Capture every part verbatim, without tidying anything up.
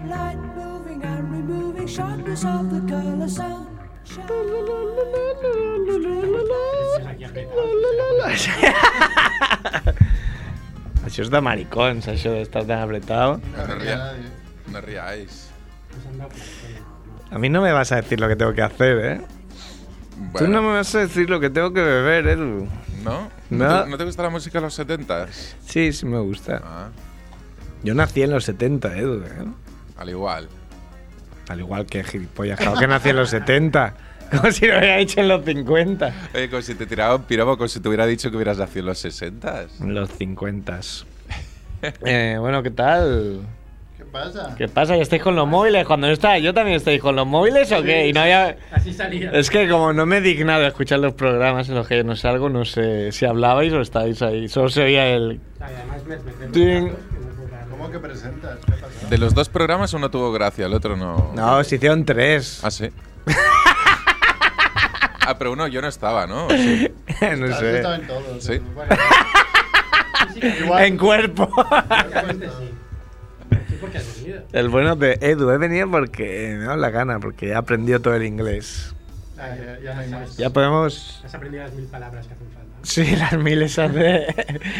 light moving and removing sharpness of the color sound. Això és de maricons, això d'estar tan apretado. No, ría, no ríais. A mí no me vas a decir lo que tengo que hacer, ¿eh? Bueno. Tú no me vas a decir lo que tengo que beber, Edu. ¿No? No. ¿No te, ¿no te gusta la música de los setentas? Sí, sí me gusta. Ah, Yo nací en los setenta, Edu, ¿eh? al igual. Al igual que gilipollas, claro que nací en los setenta. Como si lo hubiera hecho en los cincuenta. Oye, como si te tiraba un piropo, como si te hubiera dicho que hubieras nacido en los sesentas. En los cincuenta. eh, bueno, ¿qué tal? ¿Qué pasa? ¿Qué pasa? ¿Ya estáis con los móviles? Cuando yo estaba, ¿yo también estáis con los móviles o qué? Y no había... Así salía. Es que como no me he dignado a escuchar los programas en los que yo no salgo, no sé si hablabais o estáis ahí. Solo se oía el... Además me metemos Ding. datos que no puedo dar. ¿Cómo que presentas? ¿Qué pasa? De los dos programas, uno tuvo gracia, el otro no. No, se hicieron tres. Ah, sí. Ah, pero uno yo no estaba, ¿no? ¿O sí? No Has sé. estado en todos. Sí. Bueno, Sí, sí, igual. En cuerpo. obviamente sí. Sí, porque has venido. El bueno de Edu, he venido porque me da la gana, porque he aprendido todo el inglés. Ah, ya, ya no hay más. Ya podemos... Has aprendido las mil palabras que hacen falta. Sí, las miles de...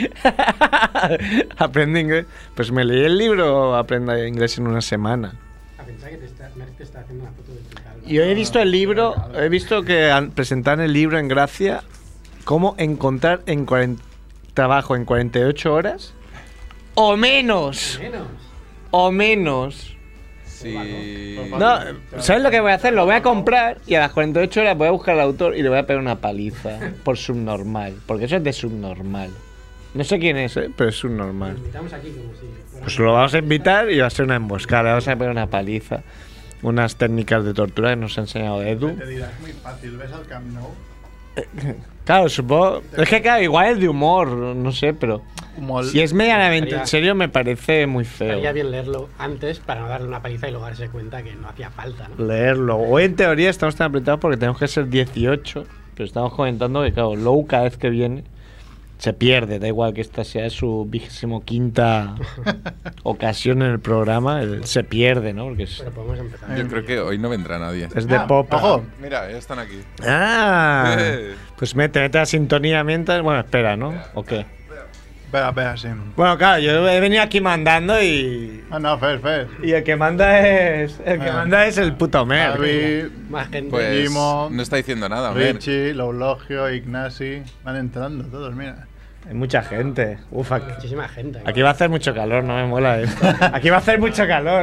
Aprende inglés. Pues me leí el libro Aprenda inglés en una semana. A pensar que te está, Merck te está haciendo una foto de tu calva. Yo he visto el libro, he visto que han- presentan el libro en Gracia, cómo encontrar en cuarenta, trabajo en cuarenta y ocho horas o menos, Menos. o menos. Sí. No, ¿sabes lo que voy a hacer? Lo voy a comprar y a las cuarenta y ocho horas voy a buscar al autor y le voy a pegar una paliza por subnormal, porque eso es de subnormal. No sé quién es, ¿eh? Pero es Lo subnormal. invitamos aquí como si... Pues lo vamos a invitar y va a ser una emboscada, le vamos a pegar una paliza. Unas técnicas de tortura que nos ha enseñado Edu. Te dirás, muy fácil. ¿Ves al Camp Nou? Claro, supongo. Es que, claro, igual es de humor, no sé, pero. Si es medianamente Estaría- en serio, me parece muy feo. Estaría bien leerlo antes para no darle una paliza y luego darse cuenta que no hacía falta, ¿no? Leerlo. Hoy, en teoría, estamos tan apretados porque tenemos que ser dieciocho. Pero estamos comentando que, claro, Lou cada vez que viene se pierde. Da igual que esta sea su vigésimo quinta ocasión en el programa, él se pierde, ¿no? Porque es, Pero podemos empezar. Yo creo que hoy no vendrá nadie. es de Ah, pop. ojo. Mira, ya están aquí. Ah, Eh. pues mete, mete la sintonía mientras. Bueno, espera, ¿no? ¿O qué? Espera, espera, sí. Bueno, claro, yo he venido aquí mandando y. Ah, no, Fer, Fer. Y el que manda es. El que Ah. manda es el puto Mer. David, Más gente. Pues Jimo, no está diciendo nada, Mer. Richie, Loulogio, Ignasi. Van entrando todos, mira. Hay mucha gente. Uf, aquí, Muchísima gente. aquí. aquí va a hacer mucho calor, no me mola esto. Aquí va a hacer mucho calor.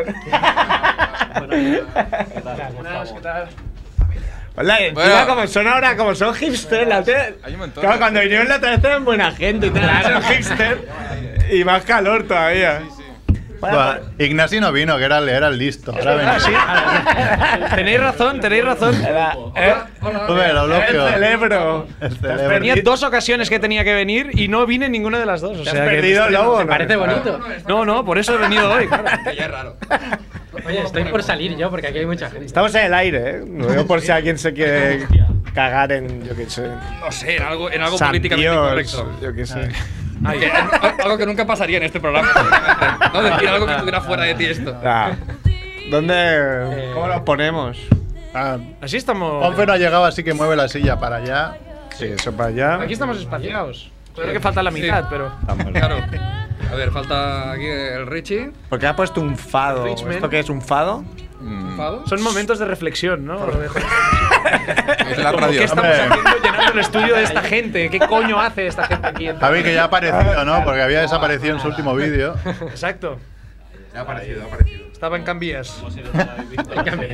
Buenas, ¿qué tal? Hola, encima Bueno. como son ahora, como son hipsters, la otra- Hay un montón Claro, de- cuando vinieron la otra vez eran buena gente y tal, ahora son hipsters. Y más calor todavía. Buah, Ignasi no vino, que era, el- era el listo. Ahora ven. Tenéis razón, tenéis razón. Era- eh, Hombre, Loulogio. el celebro. El Te has celebro. Tenía dos ocasiones que tenía que venir y no vine en ninguna de las dos. O ¿Te sea has que perdido el lobo? Me no? parece bonito. No, no, por eso he venido hoy. claro. Oye, estoy por salir yo porque aquí hay mucha gente. Estamos en el aire, ¿eh? Lo digo por si alguien se quiere cagar en, yo qué sé, No sé, en algo, en algo San políticamente Dios, incorrecto. yo qué sé. Ay, que- algo que nunca pasaría en este programa. No decir algo que estuviera fuera de ti esto. Ah, ¿dónde? ¿Cómo lo ponemos? Ah, Así estamos. Ponfe no ha llegado, así que mueve la silla para allá. Sí, eso para allá. Aquí estamos espaciados. Creo que falta la mitad, pero. Vamos. Claro. A ver, falta aquí el Richie. ¿Por qué ha puesto un fado? Richman. ¿Esto qué es, un fado? Mm, Son momentos de reflexión, ¿no? es la Como, radio. ¿qué estamos Hombre. haciendo llenando el estudio de esta gente? ¿Qué coño hace esta gente aquí? Javi, que ya ha aparecido, ¿no? Porque había desaparecido en su último vídeo. Exacto. Ha aparecido, ha aparecido. Estaba en Cambias. En cambio,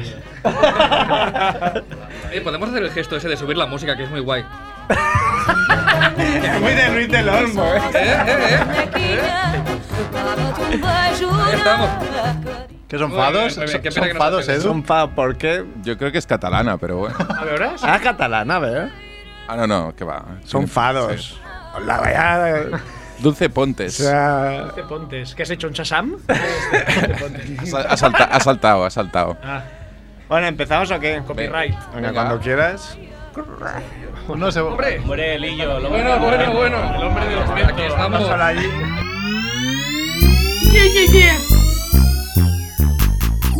Eh, podemos hacer el gesto ese de subir la música, que es muy guay. Es muy de Luis del Olmo, ¿eh? Eh, eh, eh. Ya estamos. ¿Qué son Muy bien, fados? muy bien. Qué ¿Son pena que no fados, te- Edu? Son fados, ¿por qué? Yo creo que es catalana, pero bueno. ¿A ver, horas? Ah, catalana, ¿ves? Ah, no, no, que va. Son fados. La vaya. Dulce O Pontes. sea. ¿Qué pontes? ¿Qué has hecho? ¿Un chasam? Ha, sa- ha salta- ha saltado, ha saltado. Ah, Bueno, ¿empezamos o qué? copyright. Venga, Venga. cuando quieras. Uno se... ¡Hombre! Hombre, Lillo, lo Bueno, bueno, bueno. El hombre de los Aquí estamos. Solo allí.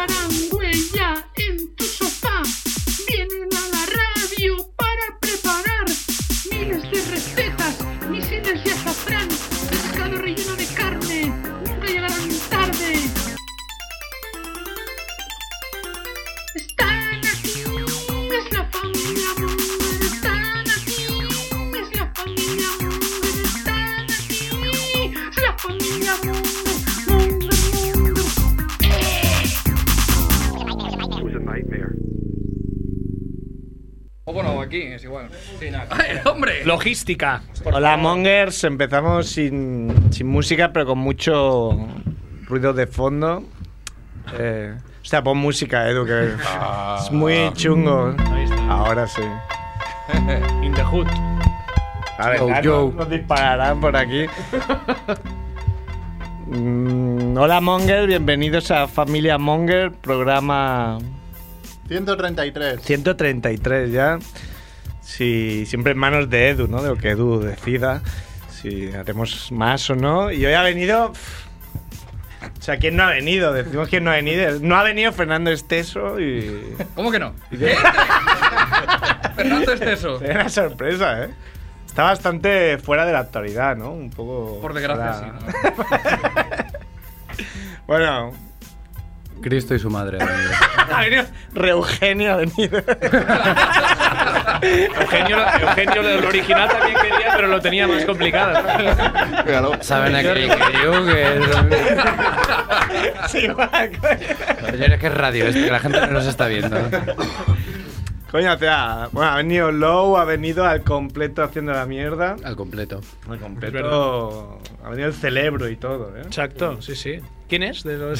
dejarán huella en tu sofá. Vienen a la radio para preparar miles de recetas, misiles de azafrán, pescado relleno de carne. Nunca llegarán tarde. Están aquí, es la familia Munger. Están aquí, es la familia Munger. Están aquí, es la familia Munger. O bueno, aquí es igual. Sí, nada. ¡Ay, hombre! Logística. Hola, Mongers. Empezamos sin, sin música, pero con mucho ruido de fondo. Eh, o sea, pon música, Edu, que Ah. es muy chungo. Ahora sí. In the hood. A ver, Yo, ya yo. Nos, nos dispararán por aquí. Mm, hola, Monger. Bienvenidos a Familia Monger, programa ciento treinta y tres. ciento treinta y tres ya. Sí, siempre en manos de Edu, ¿no? De lo que Edu decida. Si haremos más o no. Y hoy ha venido... O sea, ¿quién no ha venido? Decimos quién no ha venido. No ha venido Fernando Esteso y... ¿Cómo que no? y de- Fernando Esteso. Es una sorpresa, ¿eh? Está bastante fuera de la actualidad, ¿no? Un poco... Por desgracia, fuera- sí. ¿no? Bueno... Cristo y su madre. Ha venido Re Eugenio, ha venido. Eugenio, Eugenio lo original también quería, pero lo tenía más complicado. Saben a qué creo que Sí, va, coño. Señores, que es radio esto, que la gente no nos está viendo. Coño, o sea, bueno, ha venido Low, ha venido al completo haciendo la mierda. Al completo. Al completo. Ha venido el cerebro y todo, ¿eh? Exacto, sí, sí. ¿Quién es? De los...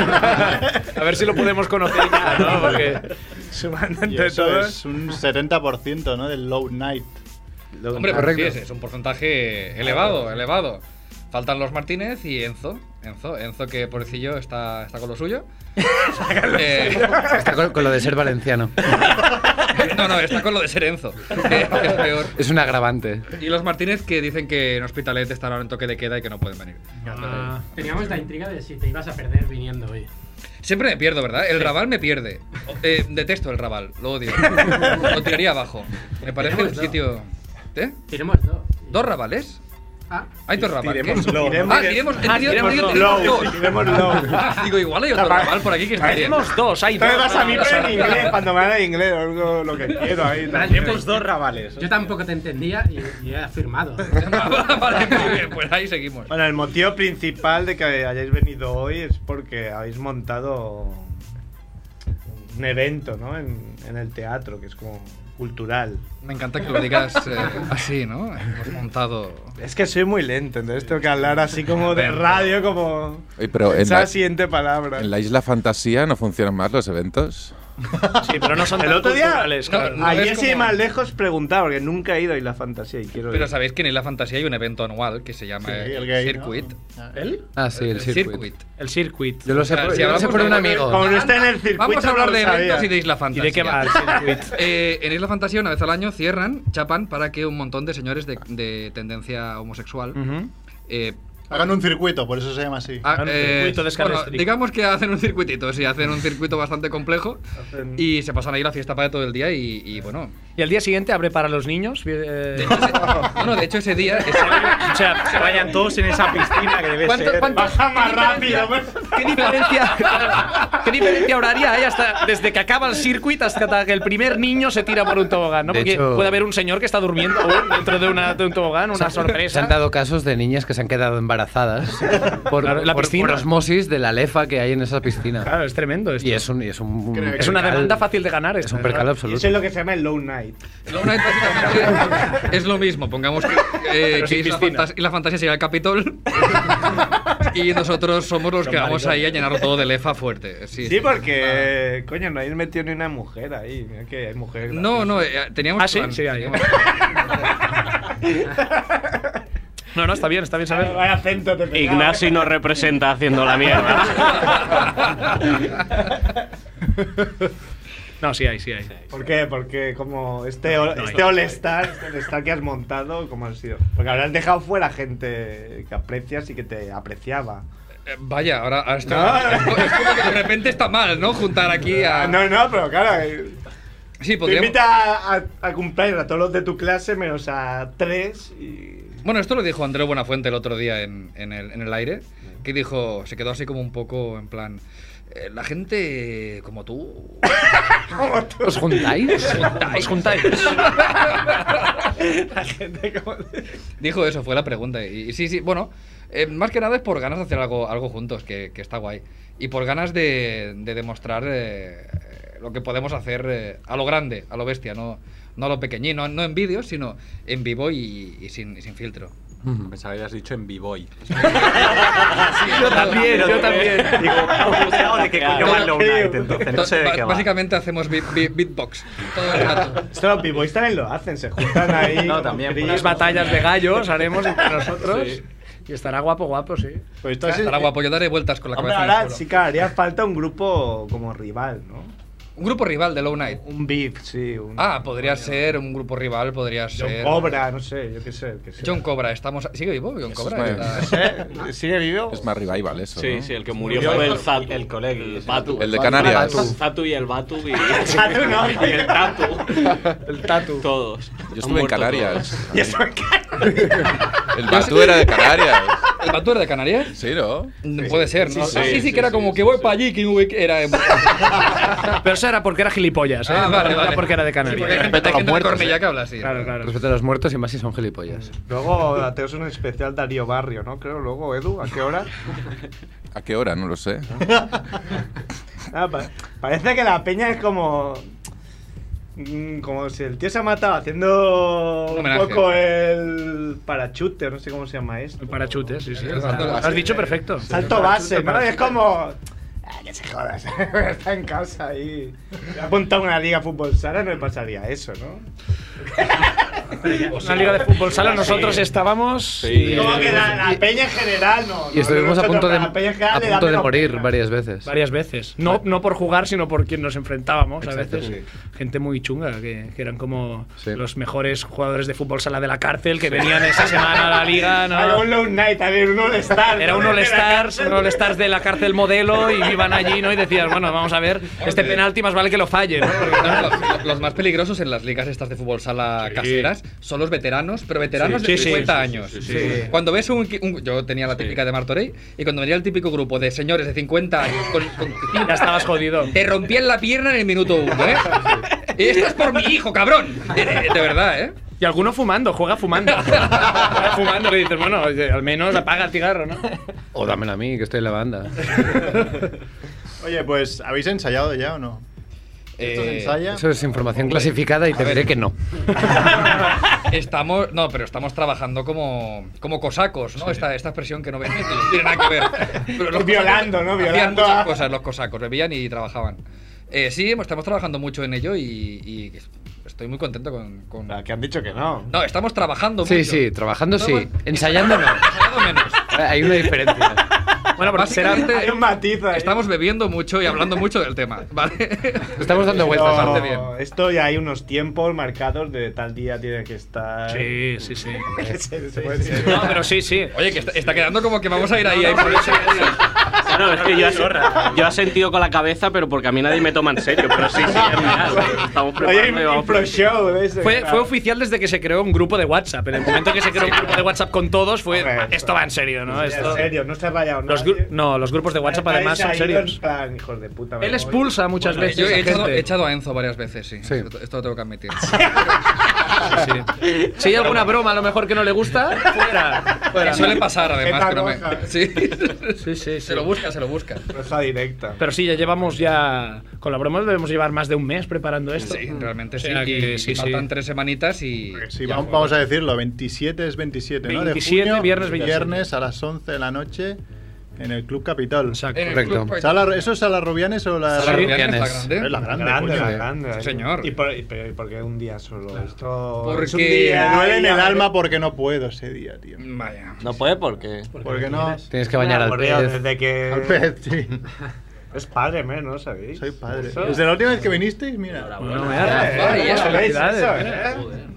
A ver si lo podemos conocer ya, ¿no? Porque... Sumando Y entre eso todos. es un setenta por ciento, ¿no? Del low night. Hombre, pues sí, es, es un porcentaje elevado, elevado. Faltan los Martínez y Enzo. Enzo, Enzo que pobrecillo está, está con lo suyo. Eh, Está con, con lo de ser valenciano. no, no, está con lo de ser Enzo. Que es peor. Es un agravante. Y los Martínez que dicen que en Hospitalet están ahora en toque de queda y que no pueden venir. Ah, teníamos la intriga de si te ibas a perder viniendo hoy. Siempre me pierdo, ¿verdad? El Raval me pierde. Eh, detesto el Raval, lo odio. Lo tiraría abajo. Me parece un Tenemos sitio... ¿Eh? Tiremos dos. ¿Dos Ravales? Ah, Hay dos Ravales. Tiremos low. Ah, tiremos, Ah, tiremos, tiremos tiremos low. dos. Tiremos low. Digo, igual hay otro Raval por aquí que está bien. Tenemos dos, hay dos. Entonces vas a mí Ravales. pero en inglés, cuando me habla de inglés, algo lo que quiero ahí. Tenemos dos Ravales. yo tampoco te entendía y, y he afirmado. Vale, muy bien, pues ahí seguimos. Bueno, el motivo principal de que hayáis venido hoy es porque habéis montado un evento, ¿no? En, en el teatro, que es como cultural. Me encanta que lo digas eh, así, ¿no? Hemos montado... Es que soy muy lento, entonces tengo que hablar así como de radio, como... Oye, pero en Esa la, siguiente palabra. en la Isla Fantasía no funcionan más los eventos. Sí, pero no son El tan otro día, culturales, no, claro. no. ayer es sí como- más lejos preguntaba, porque nunca he ido a Isla Fantasía y quiero Pero ir. sabéis que en Isla Fantasía hay un evento anual que se llama Sí, eh, el gay, Circuit. ¿no? ¿Él? Ah, sí, el circuit. El circuit. Yo lo sé O sea, por, si yo lo sé hablamos por de- un amigo. Como no está en el circuito, Vamos a hablar no lo de sabía. eventos y de Isla ¿Y Fantasía. de qué va el circuit? Eh, en Isla Fantasía, una vez al año, cierran, chapan, para que un montón de señores de, de tendencia homosexual Ujú. eh, Hagan un circuito, por eso se llama así. ah, Hagan un eh, circuito de escala bueno, estricta. digamos que hacen un circuitito, sí, hacen un circuito bastante complejo Hacen- y se pasan ahí la fiesta para todo el día y, y bueno. ¿Y al día siguiente abre para los niños? Eh, De hecho, ese, bueno, de hecho ese día... ese- o sea, se vayan todos en esa piscina que debe ¿Cuánto- ser. cuánto- Baja más qué rápido, diferencia- pues. ¿Qué diferencia, ¿Qué diferencia horaria hay hasta desde que acaba el circuit hasta que el primer niño se tira por un tobogán? ¿no? De Porque hecho- puede haber un señor que está durmiendo aún dentro de, una, de un tobogán, una Se sorpresa. han dado casos de niñas que se han quedado embarazadas por, Claro, en la por- piscina. por osmosis de la lefa que hay en esa piscina. Claro, es tremendo esto. Y es un, y es un, Creo que es una percal- demanda fácil de ganar. Es esta, un ¿verdad? percal Y absoluto. eso es lo que se llama el low night. Low Night básicamente es lo mismo. Pongamos que, eh, Pero que sin Isla, piscina. Fantas- Isla Fantasía sería el Capitol y nosotros somos los que vamos ahí a llenar todo de lefa fuerte. Sí, Sí, porque, coño, no habéis metido ni una mujer ahí. Mira que hay mujeres. No, no, eh, teníamos... Ah, sí, plan, sí, hay. teníamos- No, no, está bien, está bien saber. Vaya acento te pegaba. Ignasi nos representa haciendo la mierda. No, sí hay, sí hay. ¿Por qué? Porque como este, all- No, este no. All-Star, este All-Star que has montado, ¿cómo ha sido? Porque habrás dejado fuera gente que aprecias y que te apreciaba. Eh, vaya, ahora, ahora está, No. es como que de repente está mal, ¿no? Juntar aquí a... No, no, pero claro. eh, Sí, Te podríamos... invita a, a cumpleaños a todos los de tu clase menos a tres y. Bueno, esto lo dijo Andreu Buenafuente el otro día en, en, el, en el aire, que dijo, se quedó así como un poco en plan... eh, la gente como tú... ¿Os juntáis? ¿Os juntáis? La gente como. Dijo eso, fue la pregunta. Y, y sí, sí, bueno, eh, más que nada es por ganas de hacer algo, algo juntos, que, que está guay. Y por ganas de, de demostrar eh, lo que podemos hacer eh, a lo grande, a lo bestia, no, no a lo pequeñín, no, no en vídeos, sino en vivo y, y, sin, y sin filtro. Pensaba que habías dicho en B-Boy. Yo también, yo también. Digo, ¿o de qué coño va Low Night? Entonces no sé de qué va. Básicamente hacemos beat, beat, beatbox todo el rato. Esto los b-boys también lo hacen, se juntan ahí. No, como también, críos. Unas batallas de gallos haremos entre nosotros. Sí. Y estará guapo, guapo, sí. Pues esto es- Estará guapo, yo daré vueltas con la Hombre, cabeza en el ahora suelo. sí que haría falta un grupo como rival, ¿no? Un grupo rival de Low Night. Un beef, sí. Un Ah, podría ser un grupo rival, podría John ser... Cobra, no sé, yo qué sé. qué sé. John Cobra, estamos... ¿Sigue vivo John Eso Cobra? es más- Está- ¿Eh? ¿Sigue vivo? Es más revival eso, Sí, ¿no? sí, el que murió Murió fue el- el Zatu. el colegui, El sí. Batu. El de Batu. Canarias. El Zatu y el Batu. Y... Tatu no. y el Tatu. El tatu. Todos. Yo Han estuve en muerto Canarias. Y eso El Batu era de Canarias. ¿El Batu era de Canarias? Sí, ¿no? No Puede ser, ¿no? sí, Ah, sí, sí, sí, que era sí, como sí, que sí, voy sí. para allí, que voy- que era... Pero eso era porque era gilipollas, ¿eh? Ah, vale, No era vale. porque era de Sí, porque hay Canarias. gente, Respeto a hay los gente de muertos, Cornellá eh. que habla así. Claro, claro. Respeto a los muertos y más si son gilipollas. Luego hacemos un especial Darío Barrio, ¿no? Creo, luego, Edu, ¿a qué hora? ¿A qué hora? No lo sé. Ah, pa- parece que la peña es como... mm, Como si el tío se ha matado haciendo Un un, homenaje. poco el parachute, no sé cómo se llama esto. El parachute, sí, sí. El salto Lo base. has dicho perfecto. Salto base, ¿no? Es como... Ah, que se joda, está en casa ahí. Me ha apuntado a una liga fútbol sala, no me pasaría eso, ¿no? Una liga de fútbol sala, nosotros estábamos. y- Como que la, la peña en general, no. Y estuvimos no, a punto de, la peña en general a le da punto de menos morir pena. varias veces. Varias veces. No, no por jugar, sino por quien nos enfrentábamos. Exacto, a veces sí. gente muy chunga, que, que eran como Sí. los mejores jugadores de fútbol sala de la cárcel que venían esa semana a la liga. ¿no? Era un Low Night, también, un All Star. Era un All-Stars, un All-Stars de la cárcel modelo y iban allí, ¿no? Y decías, bueno, vamos a ver, este penalti más vale que lo falle, ¿no? Porque, No, los, los más peligrosos en las ligas estas de fútbol sala caseras son los veteranos, pero veteranos Sí, de sí, sí, cincuenta sí, años. sí, sí, sí. Cuando ves un, un- Yo tenía la típica de Martorell, y cuando venía el típico grupo de señores de cincuenta años con, con- ya estabas jodido. te rompían la pierna en el minuto uno, ¿eh? Esto es por mi hijo, cabrón. De, de- de verdad, ¿eh? Y alguno fumando, juega fumando. Juega fumando, que dices, bueno, oye, al menos apaga el cigarro, ¿no? O dámela a mí, que estoy en la banda. Oye, pues, ¿habéis ensayado ya o no? ¿Esto se Eh, ensaya? Eso es información clasificada y te diré que no. Estamos, no, pero estamos trabajando como, como cosacos, ¿no? Esta, esta expresión que no ve- no tiene nada que ver. Pero los Violando, cosacos ¿no? hacían Violando muchas a- cosas los cosacos, bebían y trabajaban. Eh, sí, estamos trabajando mucho en ello y, y estoy muy contento con... con- Que han dicho que no. No, estamos trabajando Sí, mucho. sí, trabajando No, sí. bueno, Ensayando no. ensayando menos. Hay una diferencia. Bueno, porque será. Básicamente, Hay un matiz ahí. estamos bebiendo mucho y hablando mucho del tema, ¿vale? Estamos dando vueltas. Pero bastante bien. esto ya hay unos tiempos marcados de tal día tiene que estar. Sí, sí, sí. Se- se puede ser. No, pero sí, sí. Oye, que está, está quedando como que vamos a ir ahí, ahí por eso. Claro, es que yo, he- yo he sentido con la cabeza, pero porque a mí nadie me toma en serio. Pero sí, sí, es real. Estamos Oye, preparando y vamos un pro show de ese, Fue, claro. fue oficial desde que se creó un grupo de WhatsApp. En el momento que se creó un grupo de WhatsApp con todos, fue. Hombre, Esto va en serio, ¿no? En Esto, serio, no se ha rayado los nadie. gru- no, los grupos de WhatsApp Parece además son ahí serios. en plan, hijos de puta, me Él voy. expulsa muchas veces Yo he a echado, gente. he echado a Enzo varias veces, sí. Sí. Esto, esto lo tengo que admitir. Sí. Si hay alguna broma a lo mejor que no le gusta, fuera. fuera. Que suele pasar, además. Jeta Que no me... roja. Sí. Sí, sí, sí. Se lo busca, se lo busca. Rosa directa. Pero sí, ya llevamos ya. Con la broma debemos llevar más de un mes preparando esto. Sí, realmente O sí. sea que Y, sí, y sí. faltan tres semanitas y. Sí, vamos, vamos a decirlo, veintisiete es veintisiete, ¿no? veintisiete, de junio, viernes veintisiete. viernes a las once de la noche en el Club Capitol. Exacto. En el Correcto. club- Sala- ¿Eso es Sala Rubianes o la...? Sala Sí, Rubianes, la Rubianes. grande. Es la grande, Grande, coño. la grande. Sí, señor. ¿Y por, y, pero, ¿y por qué un día solo? Esto Porque- es un día Me duele en y el ya- alma porque no puedo ese día, tío. Vaya. No puede porque. Porque no... Tienes que bañar al Aburrido, pez. Desde que. Al pez, sí. Es padre, ¿me? ¿No sabéis? Soy padre. Eso. Desde la última vez que vinisteis, mira. No, Eh, mira. Ay, ¿no eso, sabéis felicidades, eso, eh. eh?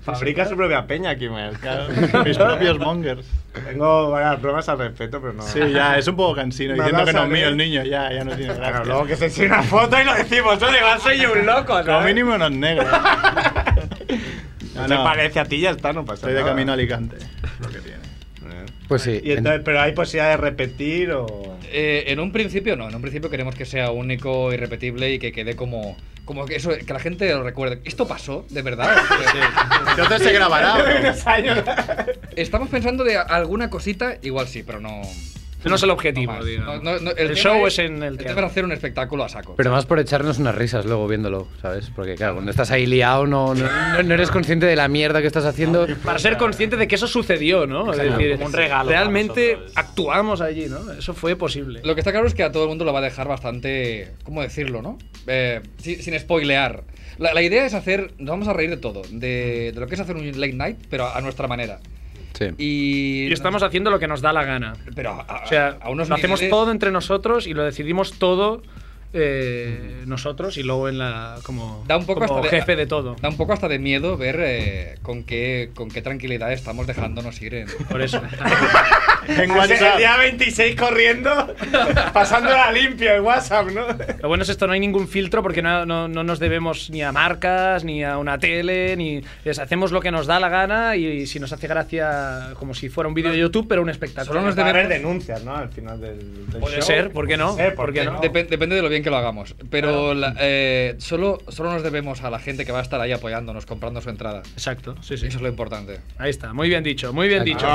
Fabrica su propia peña, Kimmel. Claro. Mis propios mongers. Tengo varias pruebas al respecto, pero no. Sí, ya, es un poco cansino. Me Diciendo vas que no a es mío ver. el niño, ya, ya no tiene gracia. Claro, luego que se eche una foto y lo decimos, yo igual soy yo un loco, ¿sabes? Como mínimo unos negros. No, No, te no. parece a ti, ya está, no pasa Estoy nada. de camino a Alicante. Lo que tiene. Pues sí. Y entonces, ¿pero hay posibilidad de repetir o...? Eh, en un principio no, en un principio queremos que sea único, irrepetible y que quede como, como que eso, que la gente lo recuerde. ¿Esto pasó? ¿De verdad? Entonces se grabará. ¿o no? Unos años. Estamos pensando de alguna cosita, igual sí, pero no. No es el objetivo, más. digamos. No, no, no, El tema show es en el el que- tema es hacer un espectáculo a saco. Pero más por echarnos unas risas luego viéndolo, ¿sabes? Porque claro, cuando estás ahí liado no, no, no- no eres consciente de la mierda que estás haciendo. Para ser consciente de que eso sucedió, ¿no? Es Exacto, decir, como un regalo realmente para nosotros. actuamos allí, ¿no? Eso fue posible. Lo que está claro es que a todo el mundo lo va a dejar bastante. ¿Cómo decirlo, no? Eh, sin, sin spoilear. La, la idea es hacer. Nos vamos a reír de todo. De, de lo que es hacer un late night, pero a, a nuestra manera. Sí. Y. Y estamos haciendo lo que nos da la gana. Pero a, a- O sea, a unos lo hacemos niveles- todo entre nosotros y lo decidimos todo eh, nosotros y luego en la como, Da un poco como hasta de- jefe de todo. Da un poco hasta de miedo ver eh, con qué con qué tranquilidad estamos dejándonos ir en. Por eso. En El WhatsApp. día veintiséis corriendo, pasándola limpio en WhatsApp, ¿no? Lo bueno es esto, no hay ningún filtro porque no, no, no nos debemos ni a marcas, ni a una tele, ni es, hacemos lo que nos da la gana y, si nos hace gracia como si fuera un vídeo de YouTube, pero un espectáculo. Solo nos Va a haber debemos- denuncias, ¿no? Al final del, del Puede show. ser, ¿por qué no? Puede ser, ¿Por qué no? Depen- depende de lo bien que lo hagamos. Pero la- eh, solo, solo nos debemos a la gente que va a estar ahí apoyándonos, comprando su entrada. Exacto, sí, sí. Eso es lo importante. Ahí está, muy bien dicho, muy bien dicho.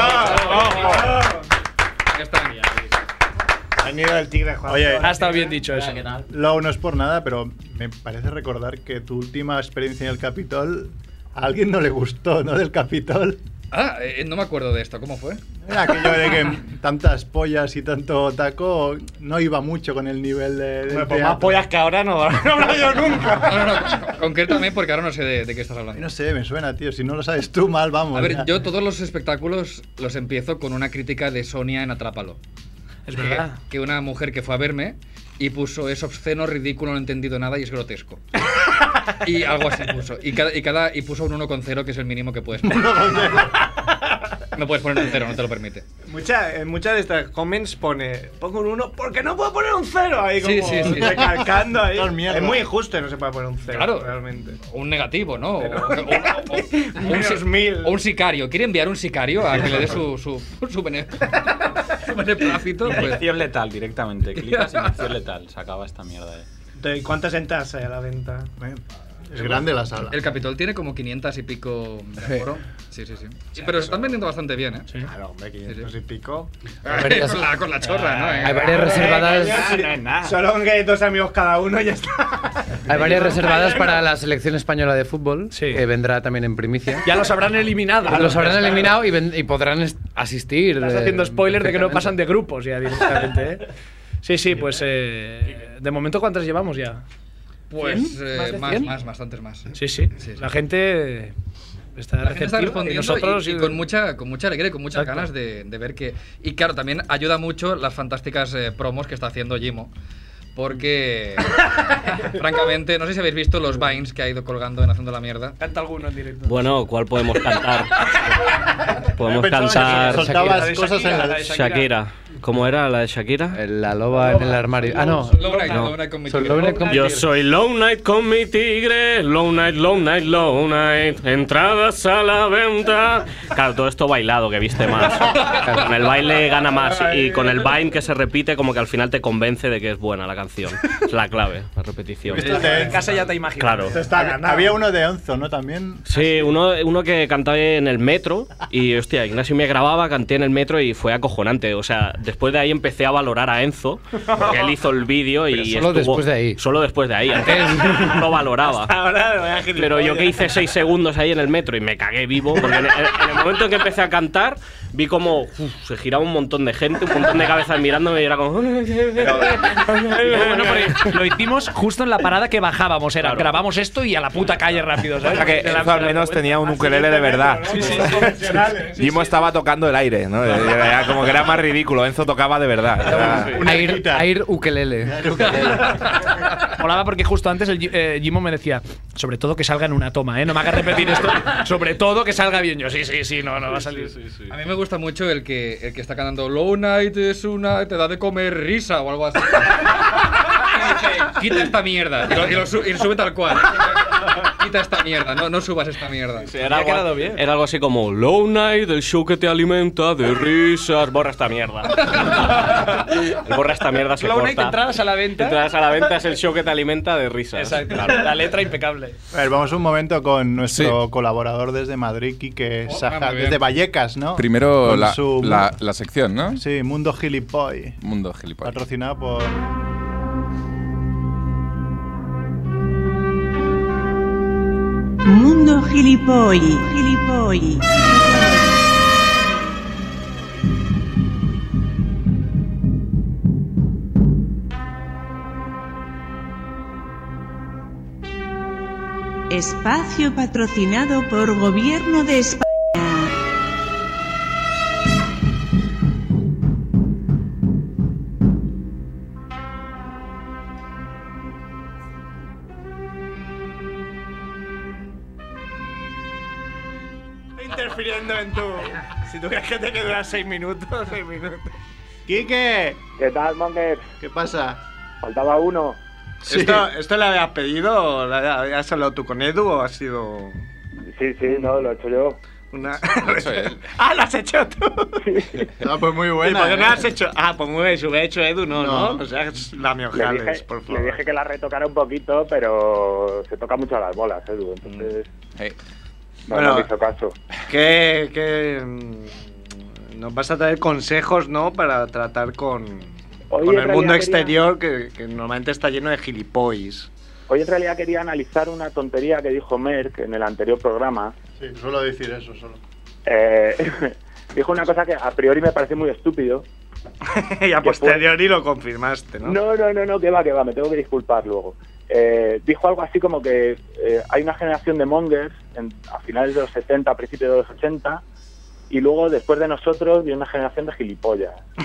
Ya está. Ha venido el tigre, Juan. Oye, Ha estado bien dicho eso. Lau, no es por nada, pero me parece recordar que tu última experiencia en el Capitol a alguien no le gustó, ¿no? Del Capitol. Ah, eh, no me acuerdo de esto. ¿Cómo fue? Era aquello de que tantas pollas y tanto taco no iba mucho con el nivel de. del Hombre, pues teatro. más pollas que ahora no, no he hablado yo nunca. No, no, no. con- Concrétame porque ahora no sé de, de qué estás Ay, hablando. no sé, me suena, tío. Si no lo sabes tú, mal, vamos. A ver, ya. yo todos los espectáculos los empiezo con una crítica de Sonia en Atrápalo. Es Que, verdad. que una mujer que fue a verme y puso es obsceno, ridículo, no he entendido nada y es grotesco. Y algo así puso. Y cada, y cada y puso un uno coma cero que es el mínimo que puedes poner. No puedes poner un cero, no te lo permite. Mucha, en muchas de estas comments pone pongo un uno porque no puedo poner un cero ahí como Sí, sí, sí. recalcando ahí. Todo es mierda. Es muy injusto y no se puede poner un cero Claro. realmente. O un negativo, ¿no? O, o- o- o- un, Menos si- mil. o un sicario. ¿Quiere enviar un sicario a que le dé su, su, su, bene- su beneplácito? Pues, Inyección letal directamente. Clicas inyección letal. Se acaba esta mierda. Eh. Entonces, ¿cuántas entradas hay a la venta? Es grande la sala. el Capitol tiene como quinientas y pico de aforo. Sí, sí, sí. Sí, pero se están vendiendo bastante bien, ¿eh? Claro, hombre, quinientos y pico. varias- con, la, con la chorra, ¿no? Hay varias reservadas. Eh, no es nada. Solo que dos amigos cada uno y ya está. Hay varias reservadas para la selección española de fútbol, Sí. que vendrá también en primicia. Ya los habrán eliminado. Los habrán eliminado y, ven- y podrán est- asistir. Estás eh, haciendo spoiler de que no perfectamente. pasan de grupos ya directamente, ¿eh? Sí, sí, pues eh, de momento ¿cuántas llevamos ya? Pues ¿cien? eh, ¿Más de más, cien? más, bastantes más. Sí, sí. Sí, sí. La gente está La gente está receptiva respondiendo y nosotros y, y con mucha con mucha alegría y con muchas Exacto. ganas de, de ver que y claro también ayuda mucho las fantásticas eh, promos que está haciendo Jimo porque francamente no sé si habéis visto los vines que ha ido colgando en Haciendo la Mierda. Canta alguno en directo. Bueno, ¿cuál podemos cantar? Podemos Pensaba que cantar soltabas La de cosas en Shakira, la. la de Shakira. Shakira. ¿Cómo era la de Shakira? La loba en el armario. Ah, no. Low Night, No. Low Night con mi Son tigre. Low Night con- Yo soy Low Night con mi tigre, Low Night, Low Night, Low Night, entradas a la venta. Claro, todo esto bailado, que viste más. Claro, con el baile gana más y con el vine que se repite como que al final te convence de que es buena la canción. Es la clave, la repetición. En casa ya te imaginas. Claro. Esto está ganado. Había uno de Onzo, ¿no? También. Sí, uno, uno que cantaba en el metro y, hostia, Ignacio me grababa, canté en el metro y fue acojonante. O sea, después de ahí empecé a valorar a Enzo, porque él hizo el vídeo y Pero solo estuvo- después de ahí. Solo después de ahí. Antes no lo valoraba. Ahora me voy a Pero yo que hice seis segundos ahí en el metro y me cagué vivo, porque en, en el momento en que empecé a cantar, vi como uf, se giraba un montón de gente, un montón de cabezas mirándome y era como... Bueno, porque lo hicimos justo en la parada que bajábamos. Era, Claro. grabamos esto y a la puta calle rápido, ¿sabes? O sea que De la- Enzo al de la menos vuelta. tenía un ukelele de verdad. Sí, sí, Jimo estaba tocando el aire, ¿no? Era como que era más ridículo. Enzo tocaba de verdad. Era- Air, Air ukelele. Molaba porque justo antes el, Gi- eh, Jimo me decía, Sobre todo que salga en una toma, ¿eh? No me hagas repetir esto. Sobre todo que salga bien. Yo, sí, sí, sí, no, no va a salir. Sí, sí, sí. A mí me gusta mucho el que, el que está cantando Low Night es una... te da de comer risa o algo así. Y dice, quita esta mierda. Y lo, y lo, su- y lo sube tal cual. Quita esta mierda, no, no subas esta mierda. Sí, era, algo, era algo así como Low Night, el show que te alimenta de risas. Borra esta mierda. El borra esta mierda se Low corta. Night, entradas a la venta. Entradas a la venta es el show que te alimenta de risas. Exacto. Claro, la letra impecable. A ver, vamos un momento con nuestro colaborador desde Madrid, Quique Oh, Saja, ah, muy bien. desde Vallecas, ¿no? Primero Con la, su- la, la sección, ¿no? Sí, Mundo Gilipoy, Mundo gilipollas. patrocinado por... Mundo Gilipolli, Gilipolli. Espacio patrocinado por Gobierno de España. Interfiriendo en tu. Si tú crees que te quedan seis minutos, seis minutos. ¡Quique! ¿Qué tal, Monger? ¿Qué pasa? Faltaba uno. Sí. ¿Esto, ¿Esto lo habías pedido o lo has hablado tú con Edu o ha sido.? Sí, sí, no, lo he hecho yo. Una... Lo he hecho él. ¡Ah, lo has hecho tú! Ah, pues muy buena. ¿Y por qué no ¿eh? lo has hecho? Ah, pues muy bien, si hubiera hecho Edu, no, no. No. O sea, es la Le miojales, dije, por le favor. dije que la retocara un poquito, pero se toca mucho a las bolas, Edu. Entonces, Hey. no, Bueno, no me hizo caso. ¿Qué, qué, mm, nos vas a traer consejos, ¿no? Para tratar con, Hoy con en el mundo realidad exterior que, que normalmente está lleno de gilipollas. Hoy en realidad quería analizar una tontería que dijo Merck en el anterior programa. Sí, suelo decir eso, solo. Eh, dijo una cosa que a priori me parece muy estúpido. Y a Que fue- posteriori lo confirmaste, ¿no? No, no, no, no, que va, que va, me tengo que disculpar luego. Eh, dijo algo así como que eh, hay una generación de mongers en- a finales de los setenta, a principios de los ochenta, y luego después de nosotros viene una generación de gilipollas. ¿no?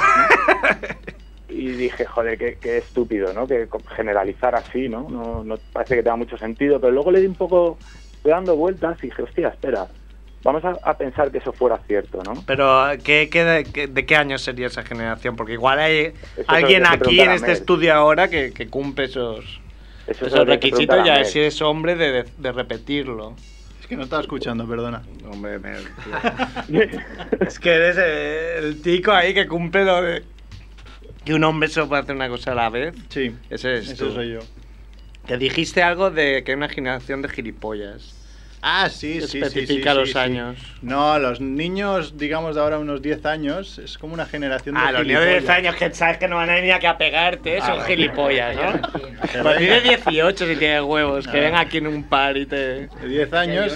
Y dije, joder, qué, qué estúpido, ¿no? Que generalizar así, ¿no? ¿no? No parece que tenga mucho sentido, pero luego le di un poco, fui dando vueltas y dije, hostia, espera, vamos a, a pensar que eso fuera cierto, ¿no? Pero, ¿qué, qué, de, qué- de qué año sería esa generación? Porque igual hay Eso alguien se lo aquí preguntar en a este Mel. estudio ahora que, que cumple esos, Eso se esos lo tienes que requisitos preguntar y a a ver Mel. si es hombre de, de, de repetirlo. Es que no estaba escuchando, perdona. Hombre, Mel, tío. Es que eres el, el tico ahí que cumple lo de que un hombre solo puede hacer una cosa a la vez. Sí, Ese es eso tú. soy yo. Que dijiste algo de que hay una generación de gilipollas. Ah, sí, sí, sí, sí, Especifica sí, los sí. años. No, los niños, digamos, de ahora unos diez años, es como una generación de Ah, los niños de diez gilipollas. años que sabes que no van a ir ni a que a pegarte, Ah, son bueno. gilipollas, ¿no? Pero Pues venga. de dieciocho si tienes huevos, que Ah. ven aquí en un par y te... De diez años.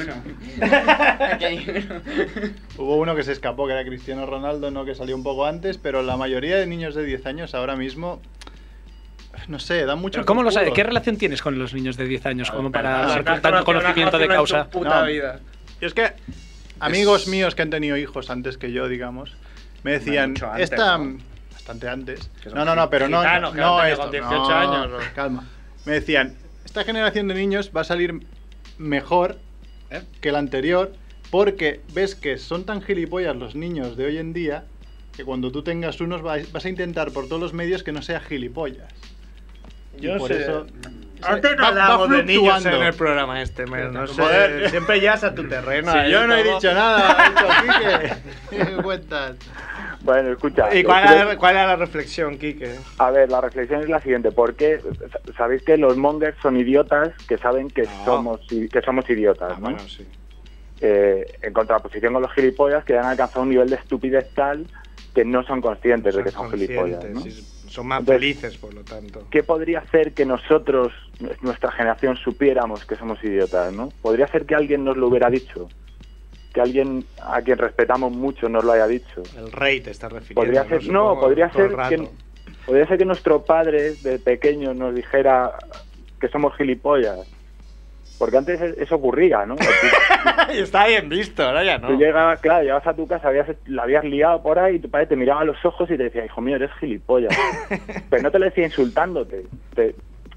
Hubo uno que se escapó, que era Cristiano Ronaldo, no, que salió un poco antes, pero la mayoría de niños de diez años ahora mismo, no sé, dan mucho. Pero ¿cómo lo sabes? culo. ¿Qué relación tienes con los niños de diez años como para no, dar no has tanto conocido, conocimiento no de has conocido causa? en tu puta vida. Y es que amigos míos que han tenido hijos antes que yo, digamos, me decían, mucho antes, esta... ¿no? Bastante antes. Que son No, no, no, pero no, gitanos, no, que no han tenido esto, con dieciocho no, años, ¿no? calma. Me decían, esta generación de niños va a salir mejor ¿Eh? que la anterior porque ves que son tan gilipollas los niños de hoy en día que cuando tú tengas unos vas vas a intentar por todos los medios que no sea gilipollas. Yo Y por sé. eso- Antes no va- va hablamos de niños fluctuando. en el programa este, Mel, no sé. Joder. Siempre ya a tu terreno. Si ahí yo no he todo. dicho nada, ha dicho Quique. ¿Qué me cuentas? Bueno, escucha. ¿Y yo cuál creo- era, cuál era la reflexión, Quique? A ver, la reflexión es la siguiente. ¿Por qué? Sabéis que los mongers son idiotas que saben que, No. somos, i- que somos idiotas, Ah, ¿no? bueno, sí. Eh, en contraposición con los gilipollas que han alcanzado un nivel de estupidez tal que no son conscientes de que son gilipollas, ¿no? conscientes, sí, son más Entonces, felices, por lo tanto. ¿Qué podría hacer que nosotros, nuestra generación, supiéramos que somos idiotas, ¿no? ¿Podría ser que alguien nos lo hubiera dicho? Que alguien a quien respetamos mucho nos lo haya dicho. El rey te está refiriendo. Podría ser, no, Supongo, podría todo el ser rato. que podría ser que nuestro padre de pequeño nos dijera que somos gilipollas. Porque antes eso ocurría, ¿no? Y está bien visto, ahora ya no. Tú llegabas, claro, llegabas a tu casa, habías, la habías liado por ahí y tu padre te miraba a los ojos y te decía, hijo mío, eres gilipollas. Pero no te lo decía insultándote, te,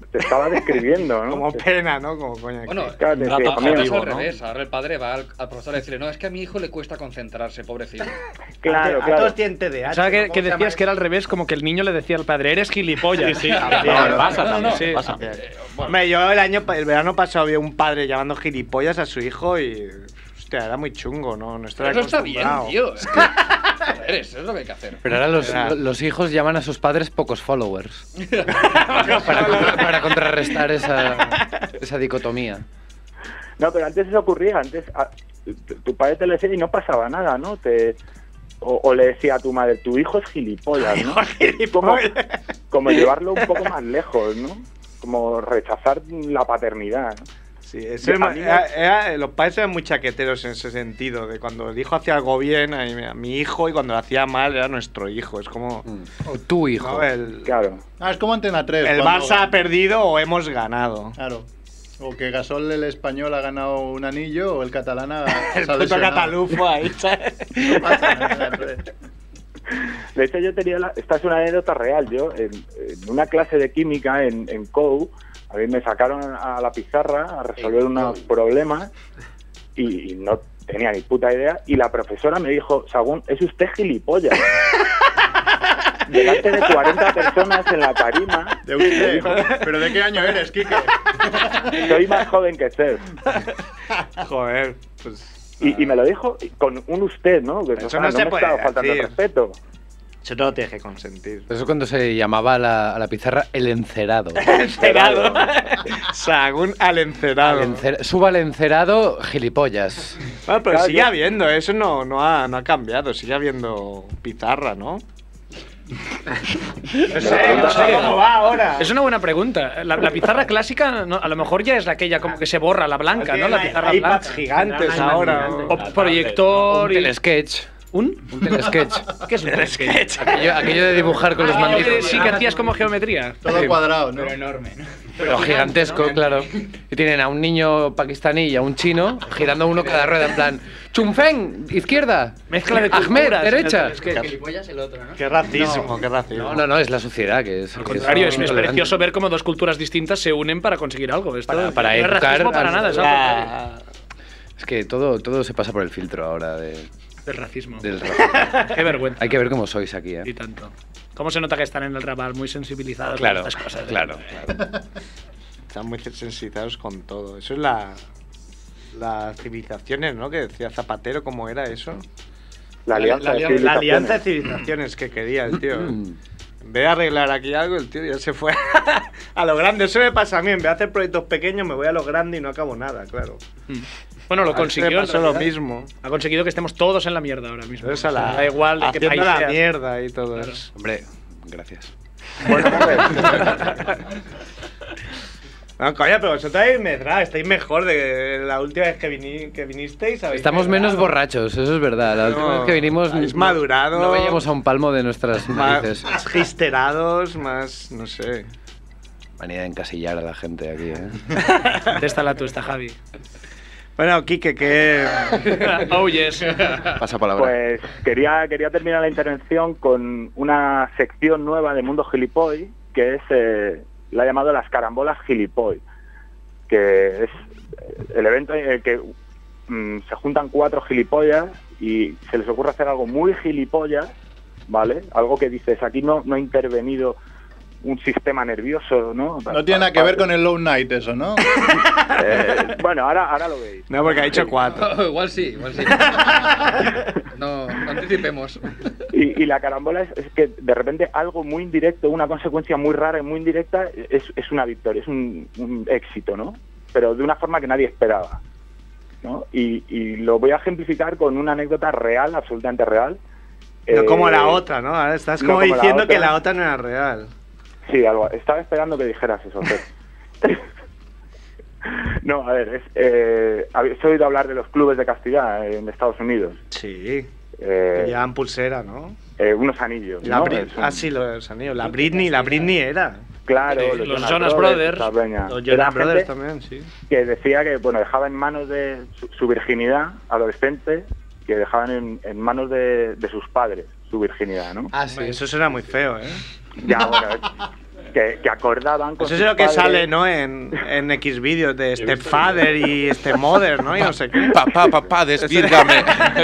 te estaba describiendo, ¿no? Como pena, ¿no? Como coño. Bueno, Claro, te ahora decía, pasa amigo, al ¿no? revés. Ahora el padre va al, al profesor a decirle, no, es que a mi hijo le cuesta concentrarse, pobrecito. Claro, A claro. todos tienen T D A H. O sea, que, ¿cómo que se llama decías eso? que era al revés, como que el niño le decía al padre, eres gilipollas. Sí, sí. No, no, pasa no, también, no, sí, pasa. Hombre, yo el año, el verano pasado vi un padre llamando gilipollas a su hijo y. Hostia, era muy chungo, ¿no? No estaba Eso está bien, acostumbrado. tío. Es que, joder, eso es lo que hay que hacer. Pero ahora los, Era- los hijos llaman a sus padres pocos followers. para, contra- para contrarrestar esa, esa dicotomía. No, pero antes eso ocurría, antes a- tu, tu padre te lo decía y no pasaba nada, ¿no? Te, o, o le decía a tu madre, tu hijo es gilipollas, ¿no? Como, como llevarlo un poco más lejos, ¿no? Como rechazar la paternidad, ¿no? Sí, eso es A ma- mí me- era- era- los padres eran muy chaqueteros en ese sentido, de cuando el hijo hacía algo bien, a mi, a mi hijo, y cuando lo hacía mal era nuestro hijo. Es como. O tu hijo. ¿no? El, Claro. Ah, es como Antena tres. el cuando- Barça ha perdido o hemos ganado. Claro. O que Gasol, el español, ha ganado un anillo o el catalán ha, El se ha puto lesionado. catalufo ahí, ¿sabes? No pasa en Antena tres. De hecho, yo tenía la, esta es una anécdota real. Yo, en, en una clase de química en, en C O U, a mí me sacaron a la pizarra a resolver unos problemas y, y no tenía ni puta idea. Y la profesora me dijo, Sagún, es usted gilipollas. Delante de cuarenta personas en la tarima. De usted. ¿Pero de qué año eres, Quique? Soy más joven que usted. Joder, pues. Y, y me lo dijo con un usted, ¿no? Que, Eso o sea, no no se me puede estaba faltando el decir. respeto. Eso no lo tienes que consentir. Eso es cuando se llamaba a la, a la pizarra el encerado. Encerado. Sagún al encerado. Al encer- Suba al encerado, gilipollas. Bueno, pero Claro, sigue yo- habiendo, eso no, no, ha, no ha cambiado, sigue habiendo pizarra, ¿no? No sé, no sé cómo va ahora. Es una buena pregunta. La, la pizarra clásica, no, a lo mejor ya es la aquella como que se borra, la blanca, ¿no? La pizarra Hay blanca. iPads gigantes ahora. O proyector Un y... telesketch. ¿Un? Un telesketch. ¿Qué es un telesketch? Aquello, aquello de dibujar con los Ah, manditos. sí, que hacías como geometría. Todo cuadrado, ¿no? Pero enorme, ¿no? Pero gigantesco, claro. Y tienen a un niño pakistaní y a un chino girando uno cada rueda en plan Chumfeng, izquierda. Mezcla de Ahmed, culturas, derecha. es que- El gilipollas el otro, ¿no? Qué racismo, qué racismo. No, no, no, es la sociedad que es. Al que contrario, es, es intolerante. precioso ver cómo dos culturas distintas se unen para conseguir algo. Esto Para- para no es educar racismo para al- nada, es algo La- Es que todo, todo se pasa por el filtro ahora de, del racismo. del racismo. Qué vergüenza. Hay que ver cómo sois aquí, ¿eh? Y tanto. ¿Cómo se nota que están en el Raval muy sensibilizados Claro, con estas cosas? claro, claro. Están muy sensibilizados con todo. Eso es la. Las civilizaciones, ¿no? Que decía Zapatero, ¿cómo era eso? La alianza la, de la civilizaciones. alianza de civilizaciones que quería el tío. En vez de arreglar aquí algo, el tío ya se fue a lo grande. Eso me pasa a mí. En vez de hacer proyectos pequeños, me voy a lo grande y no acabo nada, claro. Bueno, lo A este consiguió. le en pasó lo realidad. mismo. Ha conseguido que estemos todos en la mierda ahora mismo. Entonces, a O sea, la, da igual de qué haciendo país la seas. mierda y todo eso. Hombre, gracias. Bueno, a ver. No, coño, pero vosotros habéis medrado, estáis mejor de la última vez que, vini- que vinisteis. habéis Estamos medrado. menos borrachos, eso es verdad. La última No, vez que vinimos habéis no- madurado. No veíamos a un palmo de nuestras Más, narices. más gisterados, más. no sé. Manía de encasillar a la gente aquí, ¿eh? Téstala tú, esta Javi. Bueno, Quique, que. Oh, yes. Pasa palabra. Pues quería, quería terminar la intervención con una sección nueva de Mundo Gilipoy, que es, eh, la he llamado las carambolas Gilipoy, que es el evento en el que mm, se juntan cuatro gilipollas y se les ocurre hacer algo muy gilipollas, ¿vale? Algo que dices, aquí no, no ha intervenido un sistema nervioso, ¿no? No tiene nada que ver con el Low Night eso, ¿no? Eh, bueno, ahora, ahora lo veis. No, porque ha dicho cuatro. igual sí, igual sí. No, no anticipemos. Y, y la carambola es, es que de repente algo muy indirecto, una consecuencia muy rara y muy indirecta, es, es una victoria, es un, un éxito, ¿no? Pero de una forma que nadie esperaba, ¿no? Y, y lo voy a ejemplificar con una anécdota real, absolutamente real. No Eh, como la otra, ¿no? Ahora estás no como como la diciendo otra. que la otra no era real. Sí, algo. Estaba esperando que dijeras eso, Fer. No, a ver, es, eh, ¿habéis oído hablar de los clubes de castidad en Estados Unidos? Sí. Eh, Que llevan pulsera, ¿no? eh, unos anillos, La ¿no? Brit- Es un- Ah, sí, los anillos. La Britney, la Britney era. Claro, Sí, los Jonas Brothers. esa peña. Los Era Jonas Brothers gente también, sí. que decía que, bueno, dejaba en manos de su, su virginidad, adolescente, que dejaban en, en manos de, de sus padres su virginidad, ¿no? Ah, sí. Eso suena muy feo, ¿eh? Ya, bueno, que, que acordaban con Eso es sus lo que padres. sale, ¿no? En, en X vídeos de Stepfather y Stepmother, ¿no? Y no sé qué. Papá, papá, desvírdame.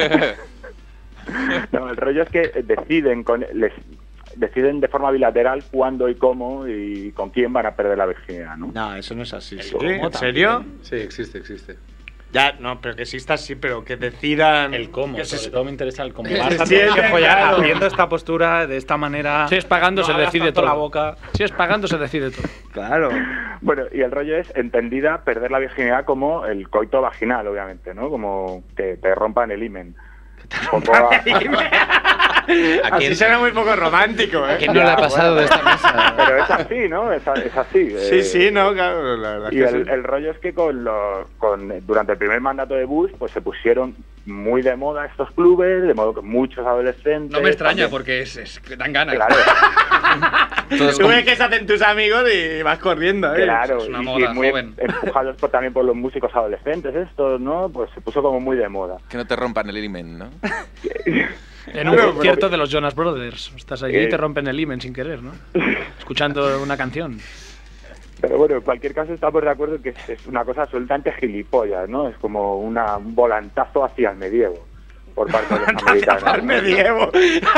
No, el rollo es que deciden con les deciden de forma bilateral cuándo y cómo y con quién van a perder la virginidad, ¿no? No, eso no es así. ¿Sí? cómo ¿En serio? Sí, existe, existe. Ya, no, pero que exista así, pero que decidan... El cómo, que sobre se- todo me interesa el cómo. Sí, Bastante sí, que sí, follar claro. haciendo esta postura de esta manera. Si es pagando, no se abras decide tanto todo. la boca. Si es pagando, se decide todo. Claro. Bueno, y el rollo es entendida perder la virginidad como el coito vaginal, obviamente, ¿no? Como que te rompan el himen. Un poco a- Así será muy poco romántico, ¿eh? ¿Quién no le ha pasado de esta mesa? Pero es así, ¿no? Es, a- es así. Sí, eh, sí, no, claro, la verdad Y que el, sí. el rollo es que con lo, con, durante el primer mandato de Bush pues se pusieron muy de moda estos clubes, de modo que muchos adolescentes... No me extraña, también- porque es, es que dan ganas. Claro, Tú ves que se hacen tus amigos y vas corriendo, ¿eh? claro. Es una y- moda y muy joven. empujados por, también por los músicos adolescentes estos, ¿no? Pues se puso como muy de moda. Que no te rompan el himen, ¿no? En un concierto de los Jonas Brothers. Estás allí y Eh. te rompen el himen sin querer, ¿no? Escuchando una canción. Pero bueno, en cualquier caso estamos de acuerdo en que es, es una cosa absolutamente gilipollas, ¿no? Es como una, un volantazo hacia el medievo por parte de los americanos. Al medievo.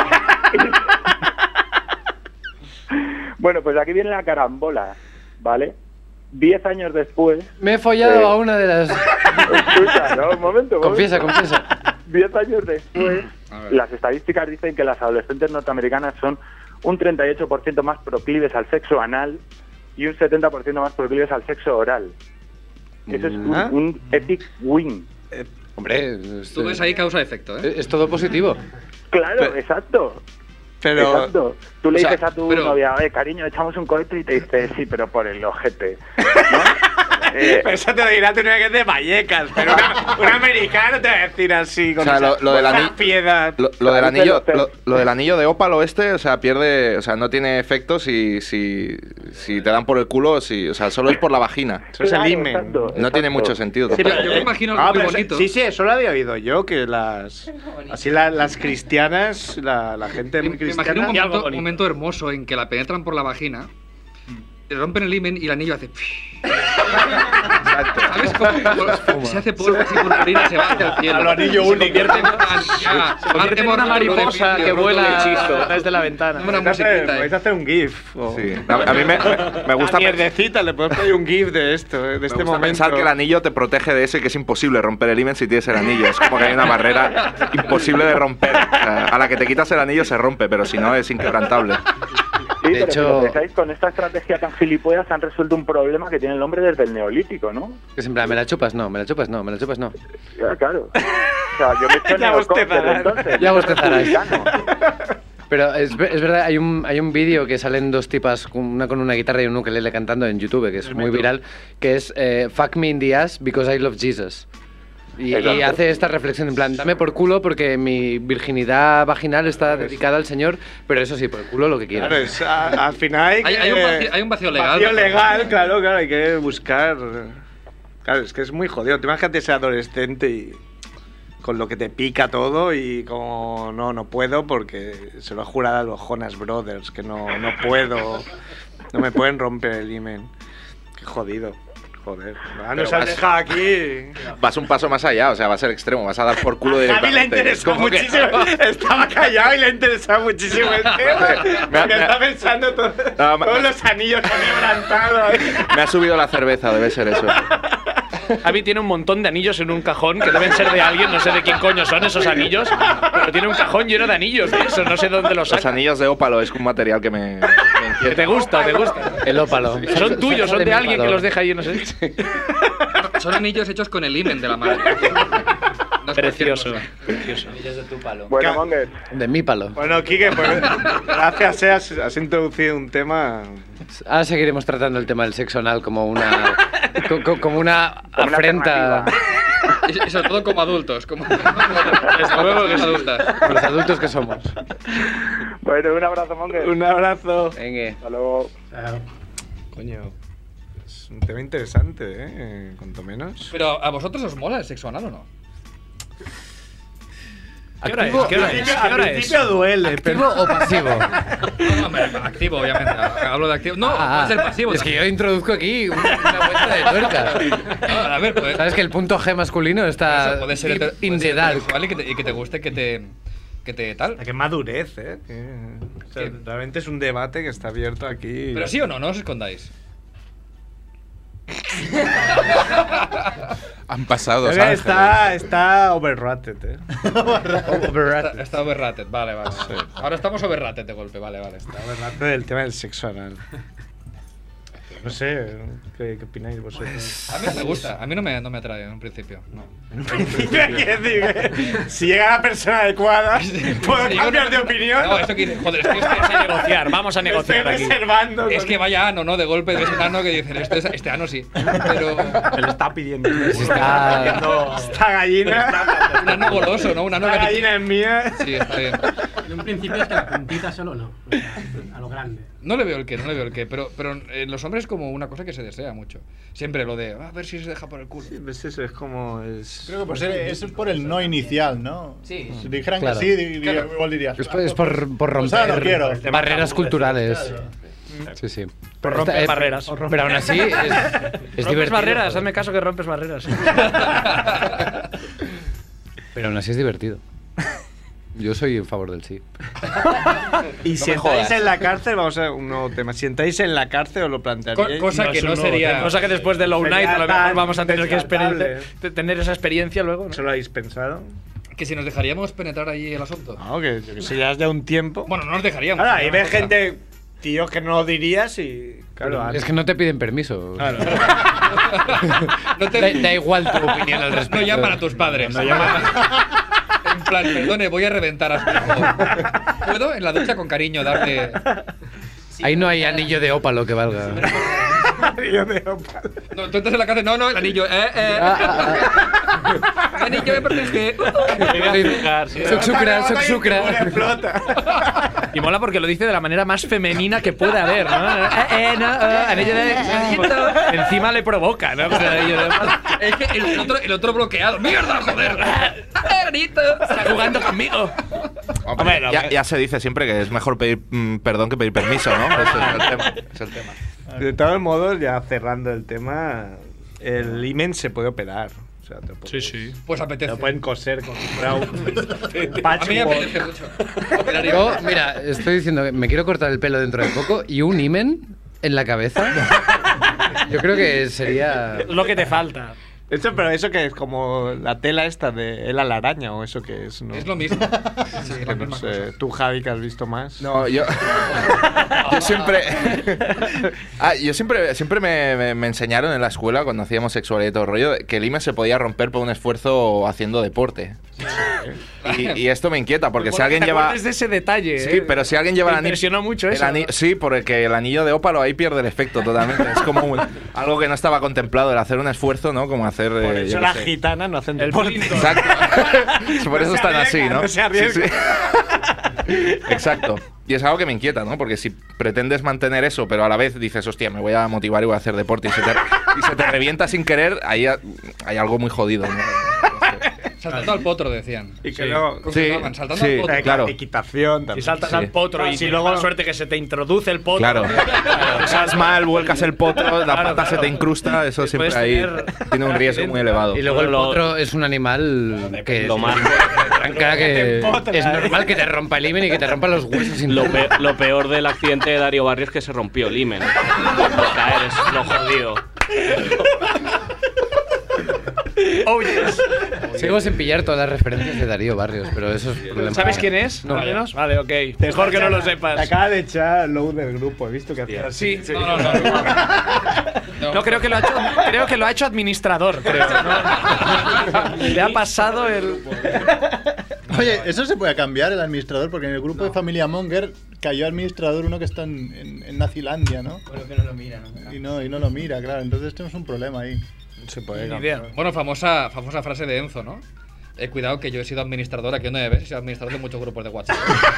Bueno, pues aquí viene la carambola, ¿vale? Diez años después... Me he follado Eh. a una de las... Escucha, ¿no? Un momento, un Confiesa, momento. confiesa. Diez años después, A ver. las estadísticas dicen que las adolescentes norteamericanas son un treinta y ocho por ciento más proclives al sexo anal y un setenta por ciento más proclives al sexo oral. Eso es un, ¿Ah? un epic win. Hombre, es, Tú ves ahí causa-efecto, ¿eh? es todo positivo. Claro, exacto. Pero... Exacto. Tú le O sea, dices a tu pero- novia, oye, cariño, echamos un cohete y te dice, sí, pero por el ojete. ¿No? Eh, Pero eso te lo dirá tu novia que es de Vallecas, pero una- un americano te va a decir así, con O sea, esa- lo- lo del con esa ani- piedad. Lo, lo del Parece anillo, lo- lo, lo del anillo de ópalo este, o sea, pierde, o sea, no tiene efecto si, si, si te dan por el culo, si, o sea, solo es por la vagina. Eso es el claro, himen. exacto, No tiene exacto. mucho sentido. Sí, tampoco. Yo me imagino algo Ah, muy pero eso- bonito. Sí, sí, eso lo había oído yo, que las... Así la- las cristianas, la, la gente Me, me imagino cristiana... un Y algo momento, bonito. momento hermoso en que la penetran por la vagina, le rompen el himen y el anillo hace... ¿Sabes cómo? Se hace polvo así por la orina y se va hacia el cielo. A lo anillo Se único. convierte en una- Se convierte en una mariposa que vuela a través de la ventana. Una Podéis hacer, musiquita, podéis eh. hacer un GIF. O... Sí. A, a mí me, me gusta A mierdecita, le podemos pedir un GIF de esto, eh, de Me este gusta momento. pensar que el anillo te protege de eso y que es imposible romper el himen si tienes el anillo. Es como que hay una barrera imposible de romper. O sea, a la que te quitas el anillo se rompe, pero si no es inquebrantable. Sí, De pero hecho- si lo pensáis, con esta estrategia tan gilipollas han resuelto un problema que tiene el hombre desde el neolítico, ¿no? Que siempre, me la chupas, no, me la chupas, no, me la chupas, no. Ya, claro. O sea, yo me he hecho Ya neocóptero, bostezarás. entonces. Ya bostezarás. Republicano. Pero es, ve- es verdad, hay un, hay un vídeo que salen dos tipas, con- una con una guitarra y un ukelele cantando en YouTube, que es muy viral, que es eh, Fuck me in the ass because I love Jesus. Y, y Exacto. hace esta reflexión en plan, dame por culo porque mi virginidad vaginal está dedicada al Señor, pero eso sí, por el culo lo que quieras. Claro, es, a- al final hay, Hay- que- hay un vacío- hay un vacío legal. Vacío legal, claro, claro, hay que buscar. Claro, es que es muy jodido. Te imagínate ser adolescente y con lo que te pica todo y como no, no puedo porque se lo ha jurado a los Jonas Brothers que no, no puedo, no me pueden romper el himen. Qué jodido. Joder, ah, nos Pero has vas- dejado aquí. Vas un paso más allá, o sea, va a ser extremo, vas a dar por culo A mí le ha directamente. interesado Como que- muchísimo. Estaba callado y le ha interesado muchísimo el tema. Me ha- Porque me ha- está pensando todo- No, me- todos los anillos que han quebrantado. ¿eh? Me ha subido la cerveza, debe ser eso. Javi tiene un montón de anillos en un cajón que deben ser de alguien, no sé de quién coño son esos anillos, pero tiene un cajón lleno de anillos de eso, no sé dónde los Los saca. anillos de ópalo es un material que me, me inquieta. ¿Te gusta? ¿Te gusta? El ópalo. Son tuyos, son de mi alguien que ópalo. los deja ahí, no sé. Son anillos hechos con el himen de la madre. No es Precioso, cualquier cosa. precioso. Anillos de tu palo. Bueno, Ca- Monger, De mi palo. Bueno, Quique, pues gracias, eh, has, has introducido un tema. Ahora seguiremos tratando el tema del sexo anal como una, co- co- como una Como una afrenta Y, y sobre todo como adultos. Como, desde luego que es adultas. a los adultos que somos. bueno, un abrazo, Monger. Un abrazo. Venga. Hasta luego. Coño, es un tema interesante, ¿eh? Cuanto menos. Pero ¿a vosotros os mola el sexo anal o no? ¿Qué hora es? ¿Qué hora es? ¿Qué hora es? duele. ¿Activo o pasivo? No, no, hombre, activo, obviamente. Hablo de activo. No, Ah, puede ser pasivo. Es que yo introduzco aquí una, una vuelta de tuerca. No, a ver, pues, Sabes que el punto G masculino está eso puede ser deep heter- in puede the ser dark. heterosexual y que te, y que te guste, que te, que te tal. Qué madurez, ¿eh? Que- o sea, realmente es un debate que está abierto aquí. Pero sí o no, no os escondáis. Han pasado dos Creo que ángeles. está, está overrated, ¿eh? Está, está overrated, vale, vale. Ahora estamos overrated de golpe, vale, vale. Está overrated el tema del sexo anal. No sé, ¿qué, qué opináis vosotros? A mí me gusta, a mí no me, no me atrae en un principio. No. Quiero decir que si llega la persona adecuada, ¿puedo Sí, cambiar no, de no, opinión? No, esto quiere. Joder, es que este Vamos a negociar, vamos a negociar Estoy aquí. reservando. Es que vaya ano, ¿no? De golpe ves un ano que dicen, este, es- este ano sí. Pero. Se le está pidiendo. Si está- Esta gallina. Un ano goloso, ¿no? Un ano Esta que. gallina es mía. Sí, está bien. En un principio es que la puntita solo no. O sea, a lo grande. No le veo el qué, no le veo el qué. Pero, pero en los hombres es como una cosa que se desea mucho. Siempre lo de, "Ah, a ver si se deja por el culo. Sí, pues eso es como. Es... Creo que por ser, es por el no inicial, ¿no? Sí. Si dijeran Claro. que sí, di- di- Claro. igual dirías. Es por, es por, por Pues ahora romper no quiero. barreras culturales. Sí, sí. Por romper Esta- eh, barreras. Pero aún así es, es rompes divertido. barreras, joder. hazme caso que rompes barreras. Pero aún así es divertido. Yo soy en favor del sí. Y No si me estáis jodas. en la cárcel, vamos a un nuevo tema. Si entráis en la cárcel, os lo Co- plantearíais. cosa No que es un no nuevo sería. tema. Cosa que después de Low Sería Night a lo mejor tan vamos a tener que descartable. exper- tener esa experiencia luego, ¿no? ¿Se lo habéis pensado? Que si nos dejaríamos penetrar allí el asunto. No, que, que si ya es de un tiempo. Bueno, no nos dejaríamos. Ahora, ahí sería ves una cosa. gente, tíos que no lo dirías y. Claro, Es que no te piden permiso. Claro. No te- Da, da igual tu opinión al respecto. No llaman a tus padres. No llaman. En plan, perdone, voy a reventar a su hijo. ¿Puedo? En la ducha con cariño darle. Ahí no hay anillo de ópalo que valga. Yo me lo paso. No, tú entras en la cárcel. No, no, el anillo. Eh, eh. El anillo me protege. Soc sucra, soc sucra. Explota. Y mola porque lo dice de la manera más femenina que puede haber, ¿no? Eh, eh, no, eh, anillo de- anillito. Encima le provoca, ¿no? Con el anillo de- Es que el, el otro, el otro bloqueado. ¡Mierda, joder! ¡Eh, anito! Está jugando conmigo. Hombre, ya, ya se dice siempre que es mejor pedir mm, perdón que pedir permiso, ¿no? Ese es el tema. Es el tema. De todos modos, ya cerrando el tema, el himen se puede operar. O sea, te puedes- sí. Pues Te apetece. lo pueden coser con si fuera un A mí me patchwork. apetece mucho. Operaría. Yo, mira, estoy diciendo que me quiero cortar el pelo dentro de poco y un himen en la cabeza. Yo creo que sería. Es lo que te falta. Eso, pero eso que es como la tela esta de Ela la araña o eso que es, ¿no? Es lo mismo. Sí, Que la no misma sé, cosa. tú, Javi, que has visto más. No, yo. yo siempre. ah, yo siempre, siempre me, me- me enseñaron en la escuela, cuando hacíamos sexualidad y todo el rollo, que el himen se podía romper por un esfuerzo haciendo deporte. Y, y esto me inquieta, porque si alguien ¿Te lleva. acuerdas de ese detalle? Sí, eh? pero si alguien lleva Te el anillo. impresionó mucho el eso, ani- ¿no? Sí, porque el anillo de ópalo ahí pierde el efecto totalmente. Es como un- algo que no estaba contemplado, el hacer un esfuerzo, ¿no? Como hacer. Por eh, eso yo qué las sé. gitanas no hacen El deporte. plinto. Exacto. Por eso No se están así, arriesgan, ¿no? no se arriesgan. Exacto. Y es algo que me inquieta, ¿no? Porque si pretendes mantener eso, pero a la vez dices, hostia, me voy a motivar y voy a hacer deporte y se te, y se te revienta sin querer, ahí ha- hay algo muy jodido, ¿no? Saltando al potro, decían. Y que Sí. luego. ¿Cómo Sí, se llamaban? Saltando sí. al potro. Eh, claro. Equitación Si también. saltas Sí. al potro y Si si luego- luego la suerte que se te introduce el potro. Claro. Pasas mal, vuelcas el potro, la Claro, pata se claro. te incrusta, eso Y siempre puedes ahí tener tiene un riesgo muy elevado. Y luego el Lo- potro es un animal que Lo es- más- arranca que Te empotra, es ¿eh? normal que te rompa el himen y que te rompa los huesos sin Lo, pe- lo peor del accidente de Darío Barrio es que se rompió el himen. Por caer, es lo jodido. Oh, yes. Sigo sin pillar todas las referencias de Darío Barrios, pero eso es problema. ¿Sabes quién es? No. ¿Al menos? Vale, ok. Mejor que no lo Te sepas. acaba de echar Low del grupo, he visto que hacía así. Sí, No, no, no. No, No, creo que lo ha hecho, creo que lo ha hecho administrador, creo. ¿no? Le ha pasado el. Oye, eso se puede cambiar el administrador, porque en el grupo de Familia Monger cayó administrador uno que está en, en, en Nazilandia, ¿no? Bueno, que no lo mira, ¿no? Y no, y no lo mira, claro. Entonces tenemos un problema ahí. Se puede Ni cambiar. idea. Bueno, famosa, famosa frase de Enzo, ¿no? Eh, cuidado que yo he sido administrador aquí donde me ves, he sido administrador de muchos grupos de WhatsApp.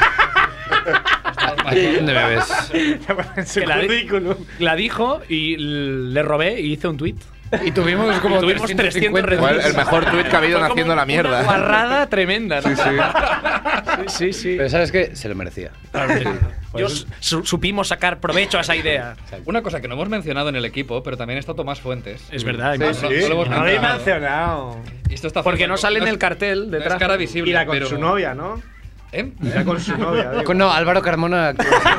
¿Dónde me ves? En su Que la, di- currículum. la dijo y l- le robé y hice un tweet. Y tuvimos como Y tuvimos trescientos Fue el, el mejor tweet que ha habido en Haciendo la Mierda. Una guarrada tremenda, ¿no? Sí, sí. Sí, sí, sí. Pero ¿sabes qué? Se lo merecía. Yo su- supimos sacar provecho a esa idea. Una cosa que no hemos mencionado en el equipo, pero también está Tomás Fuentes. Es verdad. No, no- no lo hemos No lo he mencionado. mencionado. Y esto está Porque no sale en es- el cartel no es detrás. cara visible. Y la con pero- su novia, ¿no? ¿Eh? Era con su novia. digo. Con- No, Álvaro Carmona.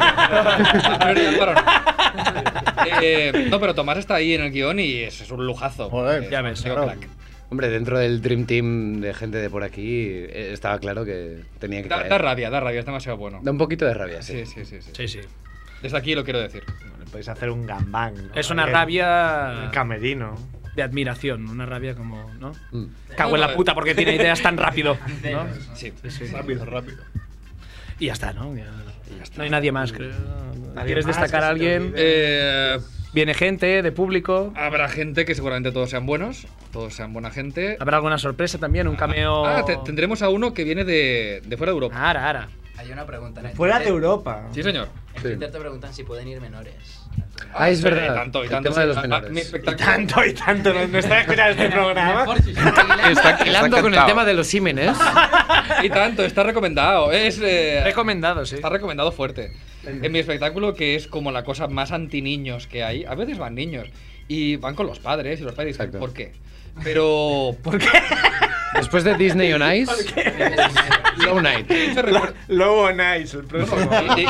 Eh, no, pero Tomás está ahí en el guión y es, es un lujazo. Joder, Eh, ya ves, digo, claro. crack. Hombre, dentro del Dream Team de gente de por aquí, eh, estaba claro que tenía que Da, caer. da rabia, da rabia, es demasiado bueno. Da un poquito de rabia, sí. Sí, sí, sí, sí. Sí, sí. Desde aquí lo quiero decir. Le podéis hacer un gangbang, ¿no? Es una Ahí en rabia el camerino. de admiración, una rabia como, ¿no? Mm. Cago en la puta porque tiene ideas tan rápido, ¿no? Sí. Rápido, rápido. Y ya está, ¿no? Ya- No hay nadie más, creo. Nadie ¿Quieres más destacar que a se te alguien? olvide. Eh, Viene gente de público. habrá gente que seguramente todos sean buenos, todos sean buena gente. Habrá alguna sorpresa también, un cameo. Ah, te- tendremos a uno que viene de, de fuera de Europa. Ahora, ahora. Hay una pregunta. ¿en el Fuera de Twitter- Europa. Sí, señor. En Sí. Twitter te preguntan si pueden ir menores. Ah, es sí, verdad. Y tanto, y El tanto. tema de los sí. Ah, menores. mi Y espectáculo. tanto, y tanto. ¿No, no está escuchando este programa? Está, Hilando está con el cantado. tema de los símenes. Y tanto, está recomendado. Es, eh, Recomendado, sí. Está recomendado fuerte. En mi espectáculo, que es como la cosa más anti-niños que hay, a veces van niños y van con los padres y los padres dicen, Exacto. ¿por qué? Pero... ¿Por qué? Después de Disney on Ice, Low Night. Lobo Nice, el próximo.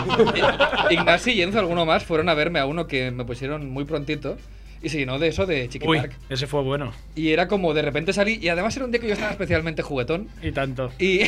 Ignasi y Enzo, alguno más, fueron a verme a uno que me pusieron muy prontito y se llenó de eso de Chiqui Uy, Park. ese fue bueno. Y era como de repente salí, y además era un día que yo estaba especialmente juguetón. Y tanto. Y,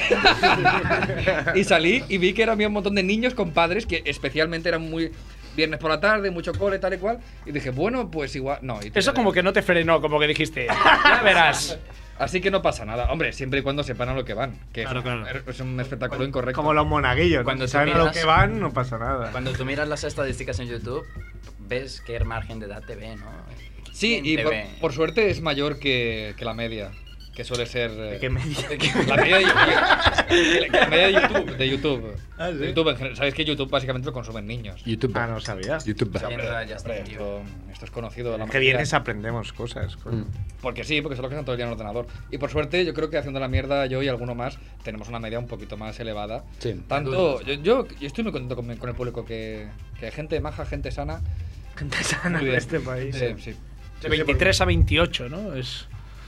y salí y vi que era había un montón de niños con padres que especialmente eran muy viernes por la tarde, mucho cole, tal y cual. Y dije, bueno, pues igual. No, y Eso como que no te frenó, como que dijiste, ya verás. Así que no pasa nada. Hombre, siempre y cuando sepan a lo que van. Que Claro, es, claro. es un espectáculo incorrecto. Como los monaguillos. Cuando Cuando tú saben a lo miras- que van, no pasa nada. Cuando tú miras las estadísticas en YouTube, ves qué margen de edad te ve, ¿no? Sí, ¿Quién y te por, ve? por suerte es mayor que, que la media. Que suele ser. eh, ¿Qué media? La media de, que la media de YouTube. De YouTube. Ah, ¿sí? De YouTube en general. Sabéis que YouTube básicamente lo consumen niños. YouTube. Ah, no sabía. YouTube. Sí, hombre, Entra Justin hombre, Bieber. esto, esto es conocido. La Que mayoría. vienes aprendemos cosas. coño. Mm. Porque sí, porque son los que están todo el día en el ordenador. Y por suerte, yo creo que haciendo la mierda, yo y alguno más, tenemos una media un poquito más elevada. Sí. Tanto. Yo, yo, yo estoy muy contento con, mi- con el público, que, que hay gente maja, gente sana. Gente sana Muy de bien. este país. Sí, sí. De veintitrés a veintiocho, ¿no? Es.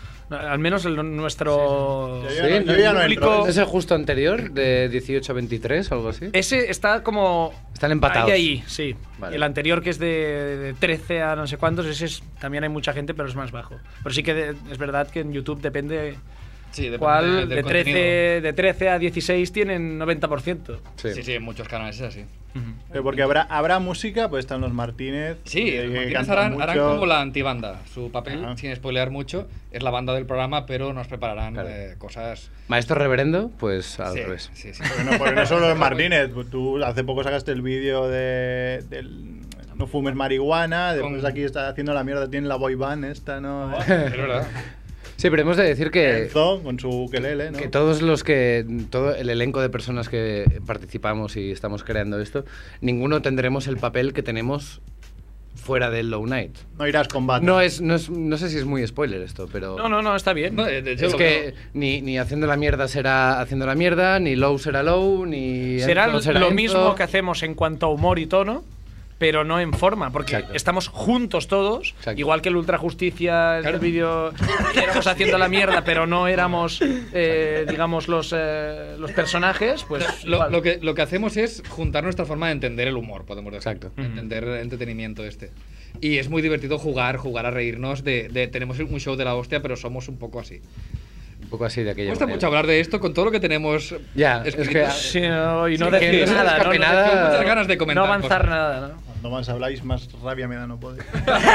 Al menos el, nuestro Sí, sí. Sí, Yo ya no- yo ya no público. entro. ¿Es el justo anterior, de dieciocho a veintitrés o algo así? Ese está como. Están empatados. Ahí, ahí, sí. Vale. Y el anterior, que es de, de trece a no sé cuántos, ese es, también hay mucha gente, pero es más bajo. Pero sí que de- es verdad que en YouTube depende. Sí, depende cuál, del de, contenido. trece, de trece a dieciséis tienen noventa por ciento. Sí. Sí, sí, en muchos canales es así. Eh, porque habrá, habrá música, pues están los Martínez. Sí, que- los que Martínez cantan harán, harán mucho. como la antibanda. Su papel, Ajá. sin spoilear mucho, es la banda del programa, pero nos prepararán Claro. eh, cosas. Maestro reverendo, pues al Sí, revés. sí, sí. Bueno, porque no solo los Martínez. pues Tú hace poco sacaste el vídeo de del no fumes marihuana. Después Con- aquí está haciendo la mierda. Tiene la boy band esta, ¿no? Es verdad. Sí, pero hemos de decir que, Enzo con su ukelele, ¿no? que todos los que. Todo el elenco de personas que participamos y estamos creando esto, ninguno tendremos el papel que tenemos fuera del Low Night. No irás con bata. No, es, no, es, no sé si es muy spoiler esto, pero. No, no, no, está bien. No, de- de hecho, Es lo que ni, ni haciendo la mierda será haciendo la mierda, ni low será low, ni. Será Enzo será lo Enzo. mismo que hacemos en cuanto a humor y tono, pero no en forma, porque Exacto. estamos juntos todos, Exacto. igual que el Ultra Justicia, Claro. el vídeo, que éramos haciendo la mierda, pero no éramos, eh, digamos, los, eh, los personajes, pues Lo, igual. lo que, lo que hacemos es juntar nuestra forma de entender el humor, podemos decir. Exacto. Entender el entretenimiento este. Y es muy divertido jugar, jugar a reírnos de, de- tenemos un show de la hostia, pero somos un poco así. Un poco así de aquella Cuesta manera. mucho hablar de esto con todo lo que tenemos Ya, es escrito. que- Sí, no, y no Sí, decir que no se nada, escape no, no nada. decir- muchas ganas de comentar no avanzar cosas. nada, ¿no? Cuando más habláis, más rabia me da no poder.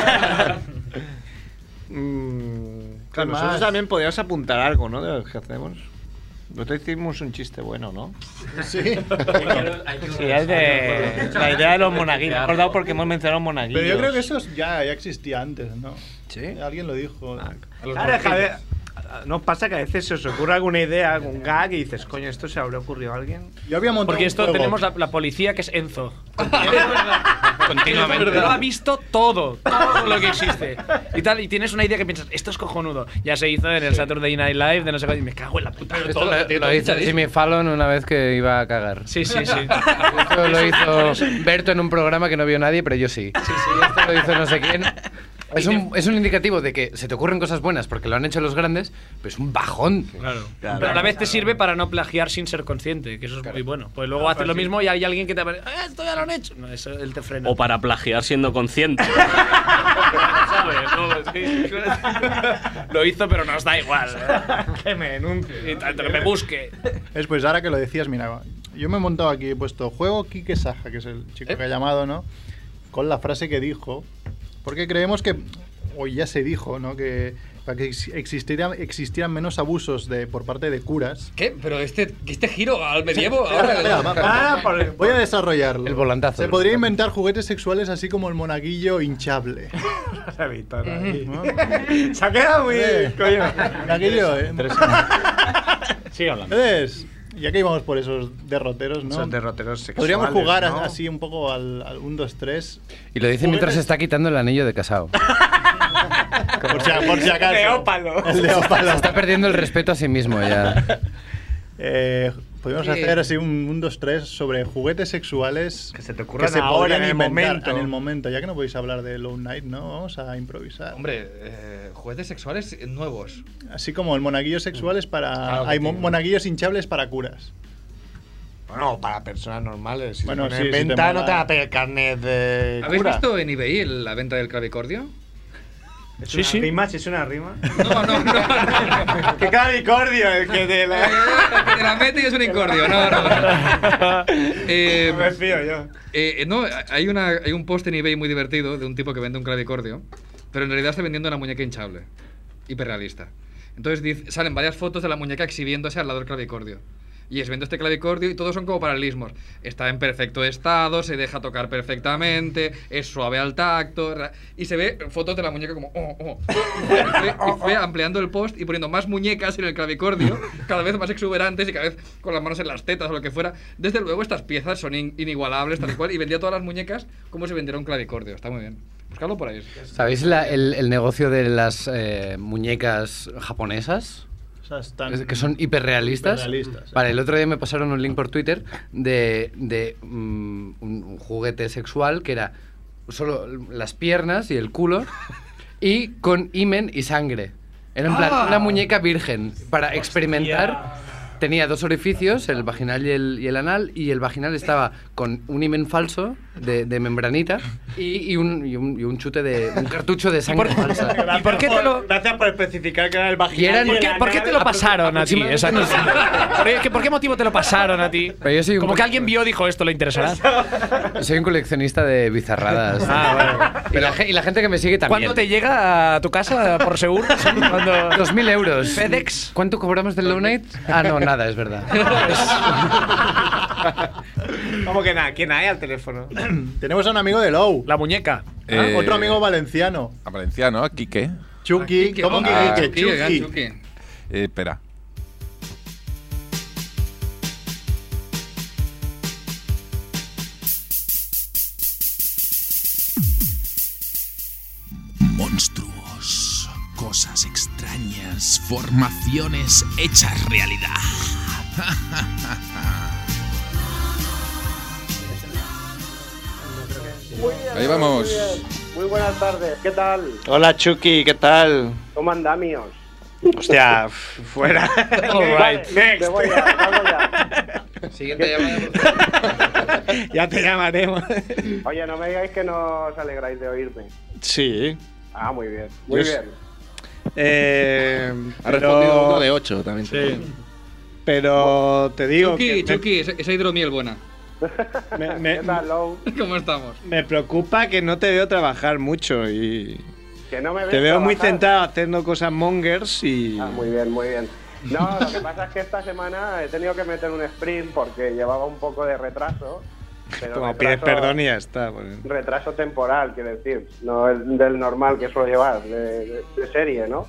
Mm, claro, más? nosotros también podríamos apuntar algo, ¿no? De lo que hacemos. Nosotros hicimos un chiste bueno, ¿no? Sí. Sí, es de la idea de los monaguillos. Me he acordado porque hemos mencionado monaguillos. Pero yo creo que eso ya, ya existía antes, ¿no? ¿Sí? Alguien lo dijo. A los Claro, es que a ver, ¿No pasa que a veces se os ocurre alguna idea, algún gag y dices, coño, esto se habrá ocurrido a alguien? Yo había montado Porque un esto juego. tenemos la, la policía que es Enzo. Continuamente. Lo ha visto todo, todo lo que existe. Y tal, y tienes una idea que piensas, esto es cojonudo. Ya se hizo en el Saturday Night Live de no sé qué, y me cago en la puta. Esto lo, lo hizo Jimmy Fallon una vez que iba a cagar. Sí, sí, sí. Esto lo hizo Berto en un programa que no vio nadie, pero yo sí. Sí, sí, esto lo hizo no sé quién. Es un, es un indicativo de que se te ocurren cosas buenas porque lo han hecho los grandes, pero es un bajón. Claro. Claro. Pero a la vez te sirve para no plagiar sin ser consciente, que eso es claro. muy bueno. Pues luego haces lo mismo y hay alguien que te aparece, ¡eh, esto ya lo han hecho! No, eso él te frena. O para plagiar siendo consciente. ¿Sabes? No, es que lo hizo, pero nos da igual. ¿eh? Que me denuncie, tanto que me busque. Es pues ahora que lo decías, mira, yo me he montado aquí, he puesto juego Quique Saja, que es el chico ¿Eh? que ha llamado, ¿no? Con la frase que dijo. Porque creemos que, hoy ya se dijo, ¿no? Que para que existieran, existieran menos abusos de, por parte de curas. ¿Qué? Pero este, este giro al medievo. Sí, ahora, espera, va, va, va. Voy a desarrollarlo. El volantazo. Se podría inventar juguetes sexuales así como el monaguillo hinchable. ¿No? Se ha quedado muy bien, coño. Monaguillo, ¿eh? Sigue hablando. Entonces, ya que íbamos por esos derroteros, ¿no? Esos derroteros sexuales, podríamos jugar ¿no? así un poco al, al uno, dos, tres. Y lo dice mientras se está quitando el anillo de casado. por, si, por si acaso. El de ópalo. El de ópalo. Se está perdiendo el respeto a sí mismo ya. Eh, podríamos Sí. hacer así un uno, dos, tres sobre juguetes sexuales Que se te ocurran que se ahora, podrían en el inventar momento. en el momento. Ya que no podéis hablar de Lone Knight, ¿no? Vamos a improvisar. Hombre, eh, juguetes sexuales nuevos. Así como el monaguillo sexual es para... Claro que hay tiene. mo- monaguillos hinchables para curas. Bueno, para personas normales. Si Bueno, bueno, sí, en si te venta mola. no te va a pedir carnet de ¿Habéis cura. visto en eBay la venta del clavicordio? ¿Es Sí, una sí. rima? ¿Si es una rima? No, no, no. ¡Qué clavicordio! El que te la... Te la mete y es un incordio. No, no. no. Eh, No me fío yo. eh, no, hay, una, hay un post en eBay muy divertido de un tipo que vende un clavicordio, pero en realidad está vendiendo una muñeca hinchable. Hiperrealista. Entonces dice- salen varias fotos de la muñeca exhibiéndose al lado del clavicordio. Y es vendo este clavicordio y todos son como paralelismos. Está en perfecto estado, se deja tocar perfectamente, es suave al tacto. ra- Y se ve fotos de la muñeca como. Oh, oh. Y fue, y fue- y fue ampliando el post y poniendo más muñecas en el clavicordio, cada vez más exuberantes y cada vez con las manos en las tetas o lo que fuera. Desde luego, estas piezas son in- inigualables, tal y cual. Y vendía todas las muñecas como si vendiera un clavicordio. Está muy bien. Buscadlo por ahí. ¿Sabéis la- el, el negocio de las eh, muñecas japonesas? O sea, están Es que son hiperrealistas. hiperrealistas. Vale, el otro día me pasaron un link por Twitter de, de mm, un, un juguete sexual que era solo las piernas y el culo y con himen y sangre. Era en plan Ah. una muñeca virgen para experimentar. Tenía dos orificios, el vaginal y el, y el anal, y el vaginal estaba con un himen falso de, de membranita y, y, un, y, un, y un chute de un cartucho de sangre falsa. ¿Y por qué te lo.? Gracias por especificar que era el vaginal. Y eran- y ¿Por el qué, por qué te lo anal. pasaron a ti? aproximadamente Exacto. ¿Por qué, ¿Por qué motivo te lo pasaron a ti? Pero yo soy un Como que co- alguien vio dijo esto le interesará. Soy un coleccionista de bizarradas. Ah, y, la, ge- y la gente que me sigue también. ¿Cuándo te llega a tu casa por seguro? Cuando... Dos mil euros. FedEx. ¿Cuánto cobramos del Low Night? Ah, no, nada, es verdad. ¿Cómo que nada? ¿Quién hay al teléfono? Tenemos a un amigo de Low. La muñeca. Ah, Eh, otro amigo valenciano. A Valenciano, a Quique. Chucky. Quique, ¿Cómo oh, que ah, Quique? Quique, Chucky. Chucky. Eh, espera. Monstruos, cosas extrañas, formaciones hechas realidad. Ahí vamos. Muy, bien. Muy buenas tardes, ¿qué tal? Hola Chucky, ¿qué tal? ¿Cómo andamios? Hostia, f- fuera. All Vale, right, me next. voy ya, salgo ya. Siguiente llamada. Ya te llamaremos. Oye, no me digáis que no os alegráis de oírme. Sí. Ah, muy bien, muy Yo bien. Eh, Ha respondido uno de ocho también. Sí. Pero te digo Chucky, que Chucky, esa, esa hidromiel buena. me, me, ¿Qué tal, Lou? ¿Cómo estamos? me preocupa que no te veo trabajar mucho y Que no me te ves veo muy trabajar. centrado haciendo cosas mongers y Ah, muy bien, muy bien. No, lo que pasa es que esta semana he tenido que meter un sprint porque llevaba un poco de retraso. Pero como retraso- pides perdón y ya está. pues. Retraso temporal, quiero decir. No el del normal que suelo llevar, de, de- de serie, ¿no?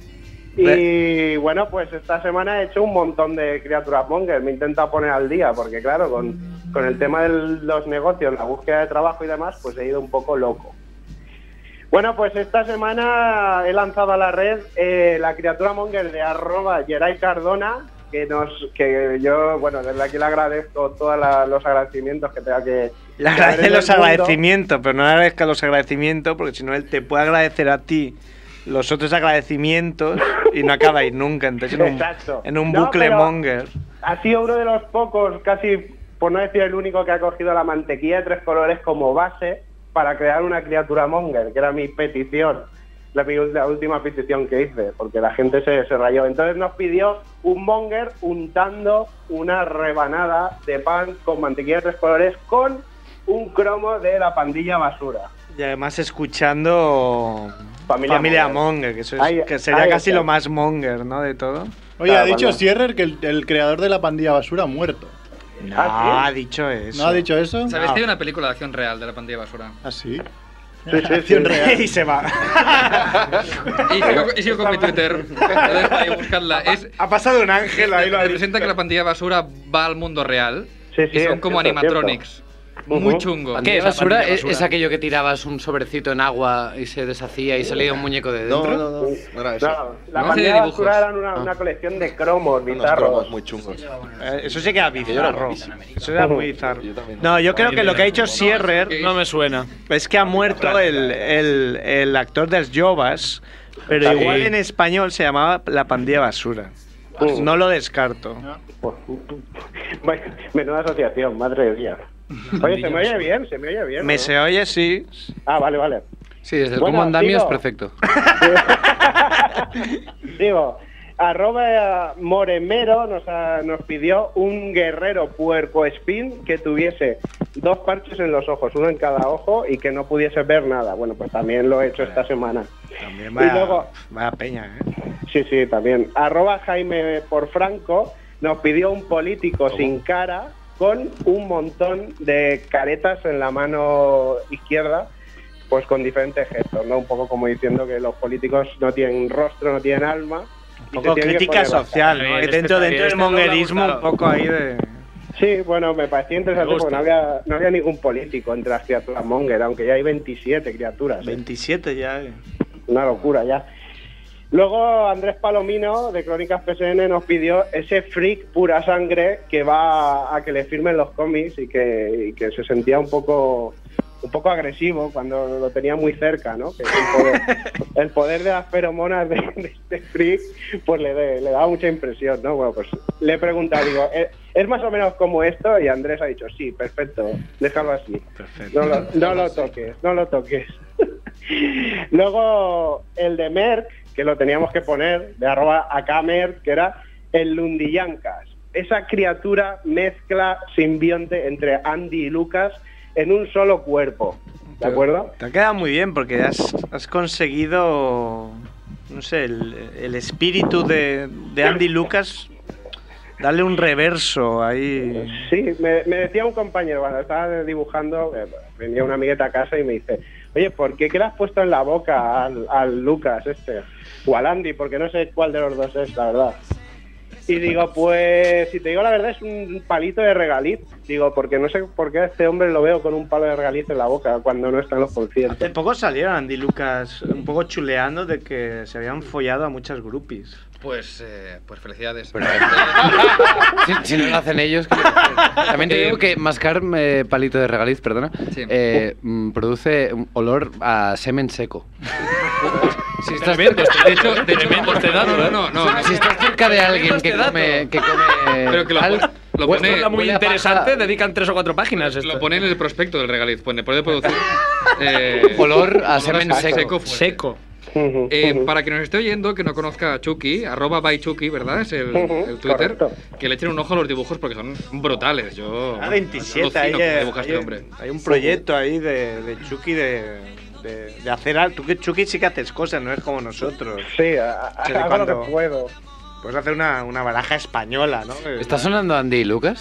Y bueno, pues esta semana he hecho un montón de criaturas monger. Me he intentado poner al día porque, claro, con, con el tema de los negocios, la búsqueda de trabajo y demás, pues he ido un poco loco. Bueno, pues esta semana he lanzado a la red eh, la criatura monger de arroba Geray Cardona, que nos que yo, bueno, desde aquí le agradezco todos la, los agradecimientos que tenga que... Le agradece los agradecimientos, pero no le agradezca los agradecimientos, porque si no él te puede agradecer a ti los otros agradecimientos y no acabáis nunca. Entonces en un, Exacto. en un No, bucle pero monger. Ha sido uno de los pocos, casi por no decir el único, que ha cogido la mantequilla de tres colores como base para crear una criatura monger, que era mi petición, la, la última petición que hice, porque la gente se, se rayó. Entonces nos pidió un monger untando una rebanada de pan con mantequilla de tres colores con un cromo de la pandilla basura. Y además escuchando Familia, Familia Monger. Monger, que, eso es, Ahí- que sería ahí casi está. lo más monger, ¿no? De todo. Oye, ha dicho Sierrer que el, el creador de la pandilla basura ha muerto. No, ¿Ah, ha dicho eso. ¿No ha dicho eso? ¿Sabéis que hay una película de acción real de la pandilla basura? ¿Ah, sí? Sí, sí, Acción sí. real. Y se va. y, sigo, y sigo con mi Twitter. Entonces, ahí, buscadla. Es, ha pasado un ángel, ahí lo ha representa que la pandilla basura va al mundo real. Sí, y sí, son es como cierto, animatronics. Muy chungo. ¿Qué basura? ¿Es, es aquello que tirabas un sobrecito en agua y se deshacía y salía un muñeco de dentro? No, no, no. No era eso. No, la No, pandilla de basura dibujos. era una, una colección de cromos Unos bizarros. cromos muy chungos. Eh, eso sí que era bizarro. guapísimo. Eso era muy bizarro. No, yo creo que lo que ha hecho Sierrer No me suena. es que ha muerto el, el, el actor de las Jovas, pero Sí. igual en español se llamaba La Pandilla Basura. Mm. No lo descarto. Vaya, Menuda asociación, madre mía. Oye, ¿se me oye bien? ¿Se me oye bien? Me ¿no? se oye, sí. Ah, vale, vale. Sí, desde el Bueno, combo andamio es sigo. perfecto. Digo, arroba Moremero nos, ha- nos pidió un guerrero puerco espín que tuviese dos parches en los ojos, uno en cada ojo, y que no pudiese ver nada. Bueno, pues también lo he hecho esta semana. También Y vaya, luego, vaya peña, ¿eh? sí, sí, también. Arroba Jaime por Franco nos pidió un político sin cara con un montón de caretas en la mano izquierda, pues con diferentes gestos, ¿no? Un poco como diciendo que los políticos no tienen rostro, no tienen alma. Un poco crítica social, ¿no? Este Dentro, está dentro bien, del este no me ha monguerismo, un gustado. poco ahí de... Sí, bueno, me parecía interesante Me porque gusta. no había, no había ningún político entre las criaturas monger, aunque ya hay veintisiete criaturas. ¿eh? veintisiete ya, ¿eh? Una locura ya. Luego Andrés Palomino de Crónicas P S N nos pidió ese freak pura sangre que va a que le firmen los cómics y que, y que se sentía un poco un poco agresivo cuando lo tenía muy cerca, ¿no? Que el, poder, el poder de las feromonas de, de este freak pues le, de- le daba mucha impresión, ¿no? Bueno, pues le he preguntado, digo, ¿es, es más o menos como esto? Y Andrés ha dicho, sí, perfecto, déjalo así. Perfecto. No lo, no lo toques, no lo toques. Luego el de Merck, que lo teníamos que poner, de arroba acá Merck, que era el Lundillancas. Esa criatura mezcla simbionte entre Andy y Lucas en un solo cuerpo. ¿De acuerdo? Te ha quedado muy bien porque has, has conseguido, no sé, el, el espíritu de, de Andy Lucas, darle un reverso ahí. Sí, me, me decía un compañero cuando estaba dibujando, eh, venía una amigueta a casa y me dice, oye, ¿por qué, qué le has puesto en la boca al, al Lucas este? O al Andy, porque no sé cuál de los dos es, la verdad. Y digo, pues, si te digo la verdad, es un palito de regaliz. Digo, porque no sé por qué a este hombre lo veo con un palo de regaliz en la boca cuando no está en los conciertos. Hace poco salieron Andy Lucas un poco chuleando de que se habían follado a muchas groupies. Pues, eh, pues felicidades. Si, si no lo hacen ellos, ¿qué le hacen? También te digo que mascar eh, palito de regaliz, perdona, Sí. eh, mm, produce un olor a semen seco. Si estás, Tremendo este- de hecho- de hecho, Tremendo este dato, no, ¿eh? no, no, no. si estás cerca de alguien que Tremendo come, este que come Pero que lo tal, pon- lo huele- pone- Está muy huele a interesante, paja. dedican tres o cuatro páginas. Esto. Lo pone en el prospecto del regaliz. Pone, puede producir eh, Olor a semen seco. fuerte. Seco. Eh, para quien nos esté oyendo, que no conozca a Chucky, arroba by Chucky, ¿verdad? Es el, el Twitter. Correcto. Que le echen un ojo a los dibujos porque son brutales. Yo. Ah, veintisiete, hay, alucino cómo eh, dibuja este hay- hombre. hay un proyecto ahí de, de Chucky de, de, de hacer algo. Tú que Chucky sí que haces cosas, no es como nosotros. Sí, a- a- Que de hago lo cuando- que puedo. Puedes hacer una, una baraja española, ¿no? ¿Está sonando Andy y Lucas?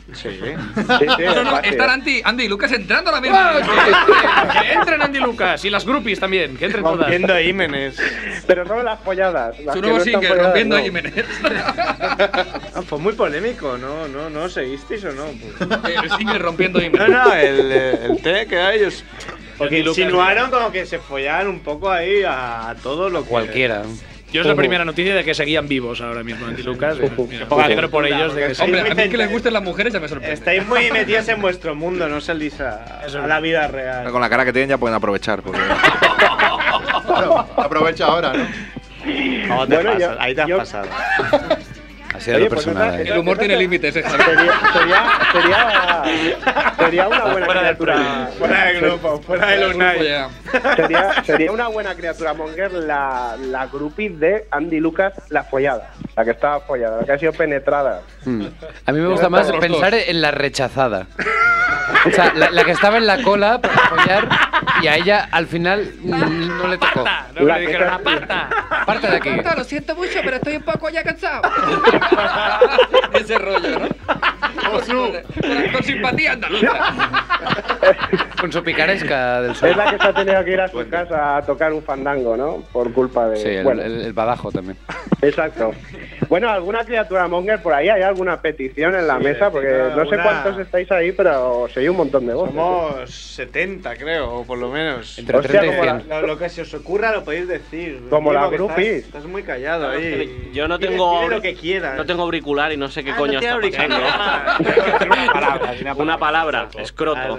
Sí. Sí, sí, No, no, es no, fácil. están Andy, Andy y Lucas entrando ahora mismo. Que entren Andy Lucas y las groupies también, que entren todas. Rompiendo ímenes. Pero solo las folladas. las Su que nuevo no están single, folladas, Rompiendo no. Jiménez. Ah, fue muy polémico, ¿no? ¿No, no seguisteis o no? Pues- El single Rompiendo No, Jiménez. no, el, eh, el té que a ellos. Porque Lucas. insinuaron como que se follaban un poco ahí a, a todo lo que. Cualquiera. Yo es la primera noticia de que seguían vivos ahora mismo Andy Lucas. Mira, me alegro por ellos de que sí. Hombre, a mí que les gusten las mujeres ya me sorprende. Estáis muy metidos en vuestro mundo, no salís a, a la vida real. Con la cara que tienen ya pueden aprovechar. Porque... Claro, aprovecha ahora, ¿no? ¿Cómo te Bueno, pasas? yo- Ahí te has yo- pasado. Ha sido Oye, lo pues personal. esa- eh. El humor tiene límites, eh, Javi. Sería, sería, sería, sería una buena Fuera del criatura. proyecto. Fuera del grupo, fuera del Grupo Unai. ya. Sería, sería una buena criatura monger la, la groupie de Andy Lucas, la follada. La que estaba follada, la que ha sido penetrada. Hmm. A mí me gusta más Los pensar dos. en la rechazada. O sea, la, la que estaba en la cola para follar y a ella al final mm, no le tocó. ¡Pata! No La me que dijeron está- ¡apata! Parte de aquí. Lo siento mucho, pero estoy un poco ya cansado. Ese rollo, ¿no? Con, con simpatía andaluza. Con su picaresca del Es sol. la que se ha tenido que ir a su casa a tocar un fandango, ¿no? Por culpa de... Sí, el, bueno, el- el badajo también. exacto. Bueno, ¿alguna criatura monger por ahí? ¿Hay alguna petición en la mesa? Porque no sé alguna- cuántos estáis ahí, pero soy un montón de voces. Somos setenta, creo, o por lo menos. Entre Hostia, treinta y como la- cien. Lo, lo que se os ocurra lo podéis decir. Como Diego, la que groupies. Estás, estás muy callado ahí. Yo no Dile- tengo. dile lo que quieras. No tengo auricular y no sé qué Ah, coño no tiene está pasando. auricular. Una palabra, Una palabra, escroto.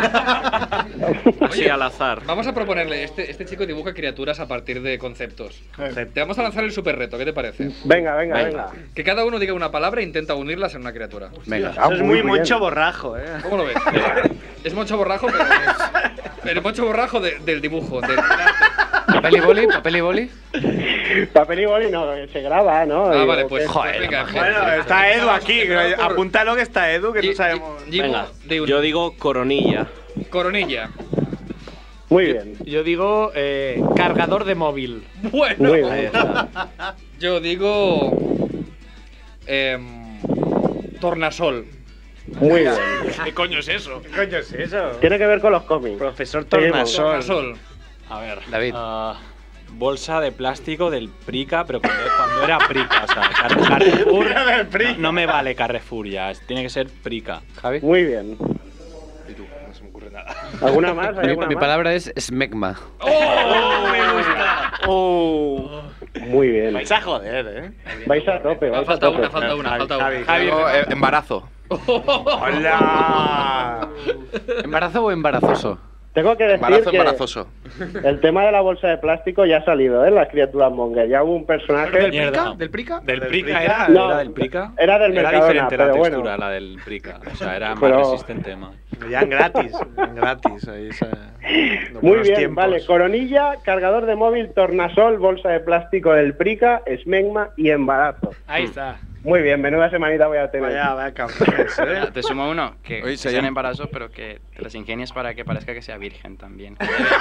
Así al azar. Vamos a proponerle, este, este chico dibuja criaturas a partir de conceptos. Te vamos a lanzar el super reto, ¿qué te parece? Venga, venga, Venga. venga. Que cada uno diga una palabra e intenta unirlas en una criatura. Venga. Ah, Eso es muy muy bien. Moncho Borrajo, eh. ¿Cómo lo ves? Es Moncho Borrajo, pero es el Moncho Borrajo de- del dibujo. del arte. ¿Papel y boli? ¿Papel y boli? Papel y boli no, se graba, ¿no? Ah, Digo, vale, pues. que- Joder, venga, Bueno, está Edu aquí. Empezamos por- Apúntalo que está Edu, que Gi- no sabemos. Gi- Venga, de un- yo digo coronilla. Coronilla. Muy bien. Yo digo eh, cargador de móvil. Bueno. Muy Ahí bien. está. Yo digo. em, tornasol. Muy bien. ¿Qué coño es eso? ¿Qué coño es eso? Tiene que ver con los cómics. Profesor Seguimos. Tornasol. Tornasol. A ver. David. ah, bolsa de plástico del Prica, pero cuando, cuando era Prica. O sea, Car- Carrefour. No, no me vale Carrefour ya. es- Tiene que ser Prica. Javi. Muy bien. Y tú, no se me ocurre nada. ¿Alguna más? ¿Hay Mi, alguna mi más? palabra es smegma. ¡Oh! Me gusta. Oh. Muy bien. Vais a joder, eh. Vais a tope, vais a Falta tope. una, falta una, falta una. Javi, Javi, eh, embarazo. ¡Hola! ¿Embarazo o embarazoso? Tengo que decir Embarazo que embarazoso. el tema de la bolsa de plástico ya ha salido, ¿eh? Las criaturas monger. Ya hubo un personaje... ¿Del Mierda. Prica? ¿Del Prica? Del Prica Prica? era, No, era del Prica. era del Era Mercadona, diferente la pero textura, bueno. la del Prica. O sea, era más Pero- resistente más. Ya en gratis, en gratis. Ahí, esa- los Muy buenos bien, tiempos. vale. Coronilla, cargador de móvil, tornasol, bolsa de plástico del Prica, esmegma y embarazo. Ahí está. Muy bien, menuda semanita voy a tener. Vaya, vaya cabrones, eh. Te sumo uno, que, Oye, que si hay sean un- embarazos, pero que te las ingenies para que parezca que sea virgen también.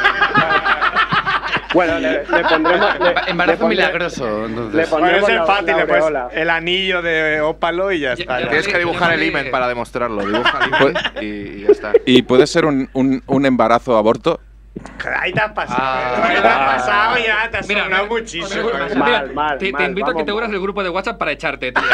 Bueno, le, le pondremos... le- le Embarazo pondré- milagroso, Le entonces. Puede pondremos ser la, fácil, la le pones aureola. el anillo de ópalo y ya está. ya- ya. Tienes que dibujar el imen para demostrarlo. Dibuja el imen y, y ya está. ¿Y puede ser un, un, un embarazo aborto? Ahí te has pasado. Ah. Ahí te has pasado ya, te has Mira, sonado mira, muchísimo. Mira, Mal, mal, te, te mal, invito a que vamos te unas mal. del grupo de WhatsApp para echarte, tío.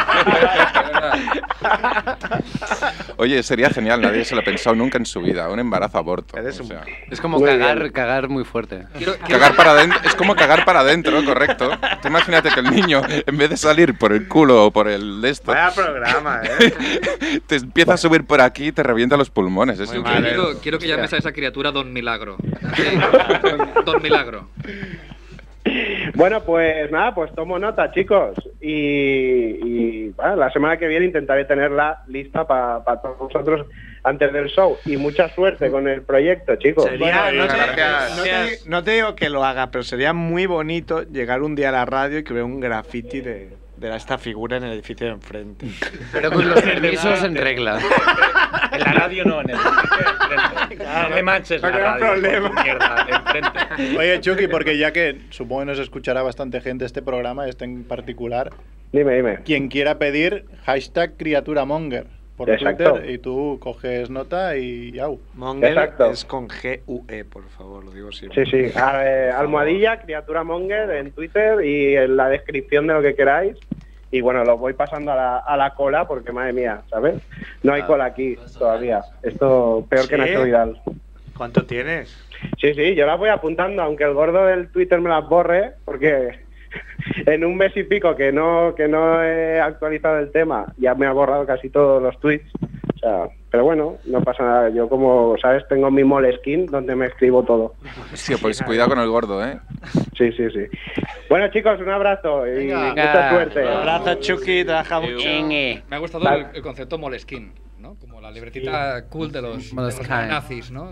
Oye, sería genial, nadie se lo ha pensado nunca en su vida. Un embarazo aborto. Eres o un- sea, Es como Muy cagar, bien. cagar muy fuerte. Quiero- quiero- cagar para adentro, es como cagar para adentro, correcto. Tú imagínate que el niño, en vez de salir por el culo o por el de esto, Vaya programa, eh. te empieza a subir por aquí y te revienta los pulmones. Es Yo increíble. quiero, quiero que llames a esa criatura Don Milagro. Sí, Don Milagro. Bueno, pues nada, pues tomo nota, chicos. Y, y, bueno, la semana que viene intentaré tenerla lista para todos vosotros antes del show. Y mucha suerte con el proyecto, chicos. Sería, no, te, gracias. no te- no te digo que lo haga, pero sería muy bonito llegar un día a la radio y que vea un graffiti de, de esta figura en el edificio de enfrente. Pero con los permisos en regla. En la radio no, en el No me manches No la queda radio, problema. mierda, de enfrente. Oye, Chucky, porque ya que supongo que nos escuchará bastante gente este programa, este en particular, Dime, dime. quien quiera pedir hashtag criatura monger. por Exacto. Twitter y tú coges nota y yau. Monger Exacto. es con G U E, por favor, lo digo siempre. Sí, sí. A- eh, almohadilla, criatura Monger en Twitter y en la descripción de lo que queráis. Y bueno, lo voy pasando a la, a la cola porque, madre mía, ¿sabes? No hay cola aquí todavía. Esto peor ¿Sí? que Nacho Vidal. ¿Cuánto tienes? Sí, sí, yo las voy apuntando, aunque el gordo del Twitter me las borre, porque en un mes y pico que no que no he actualizado el tema, ya me ha borrado casi todos los tweets. O sea, pero bueno, no pasa nada. Yo, como sabes, tengo mi Moleskine donde me escribo todo. Sí, pues cuidado con el gordo, ¿eh? Sí, sí, sí. Bueno, chicos, un abrazo y Venga. mucha suerte. Un abrazo, Chucky, trabaja mucho. Me ha gustado el, el concepto Moleskine, ¿no? Como la libretita cool de los, de los Moleskine. nazis, ¿no?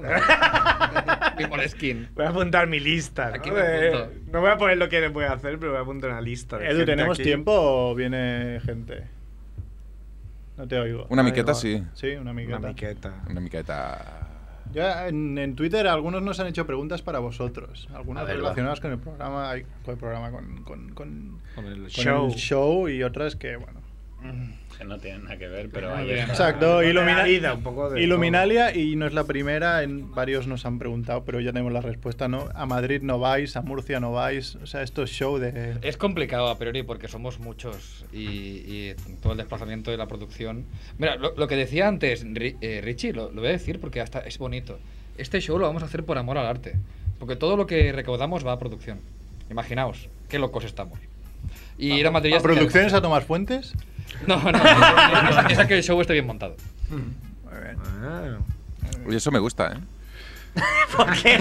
Mi Moleskine. Voy a apuntar mi lista. ¿no? Aquí me De- apunto. no voy a poner lo que voy a hacer, pero voy a apuntar una lista. de Edu, gente ¿tenemos aquí. tiempo o viene gente? No te oigo. Una Ah, miqueta, igual. sí. Sí, una miqueta. Una miqueta. Una miqueta. Ya en, en Twitter algunos nos han hecho preguntas para vosotros. Algunas A ver, relacionadas con el programa, ay, con el programa, con, con, con, Con el con show. el show y otras que, bueno. Que no tienen nada que ver, pero Muy ahí bien. está. Exacto, de la Illumina- vida, un poco de Illuminalia, y no es la primera, en varios nos han preguntado, pero ya tenemos la respuesta, ¿no? A Madrid no vais, a Murcia no vais, o sea, esto es show de... Es complicado a priori porque somos muchos y, y todo el desplazamiento de la producción. Mira, lo, lo que decía antes Ri- eh, Richie, lo, lo voy a decir porque hasta es bonito. Este show lo vamos a hacer por amor al arte. Porque todo lo que recaudamos va a producción. Imaginaos, qué locos estamos. Y ir a Madrid ya ¿A sería producciones lo a Tomás Fuentes? No, no, es, es a que el show esté bien montado. Muy bien. Ah. Oye, eso me gusta, ¿eh? ¿Por qué?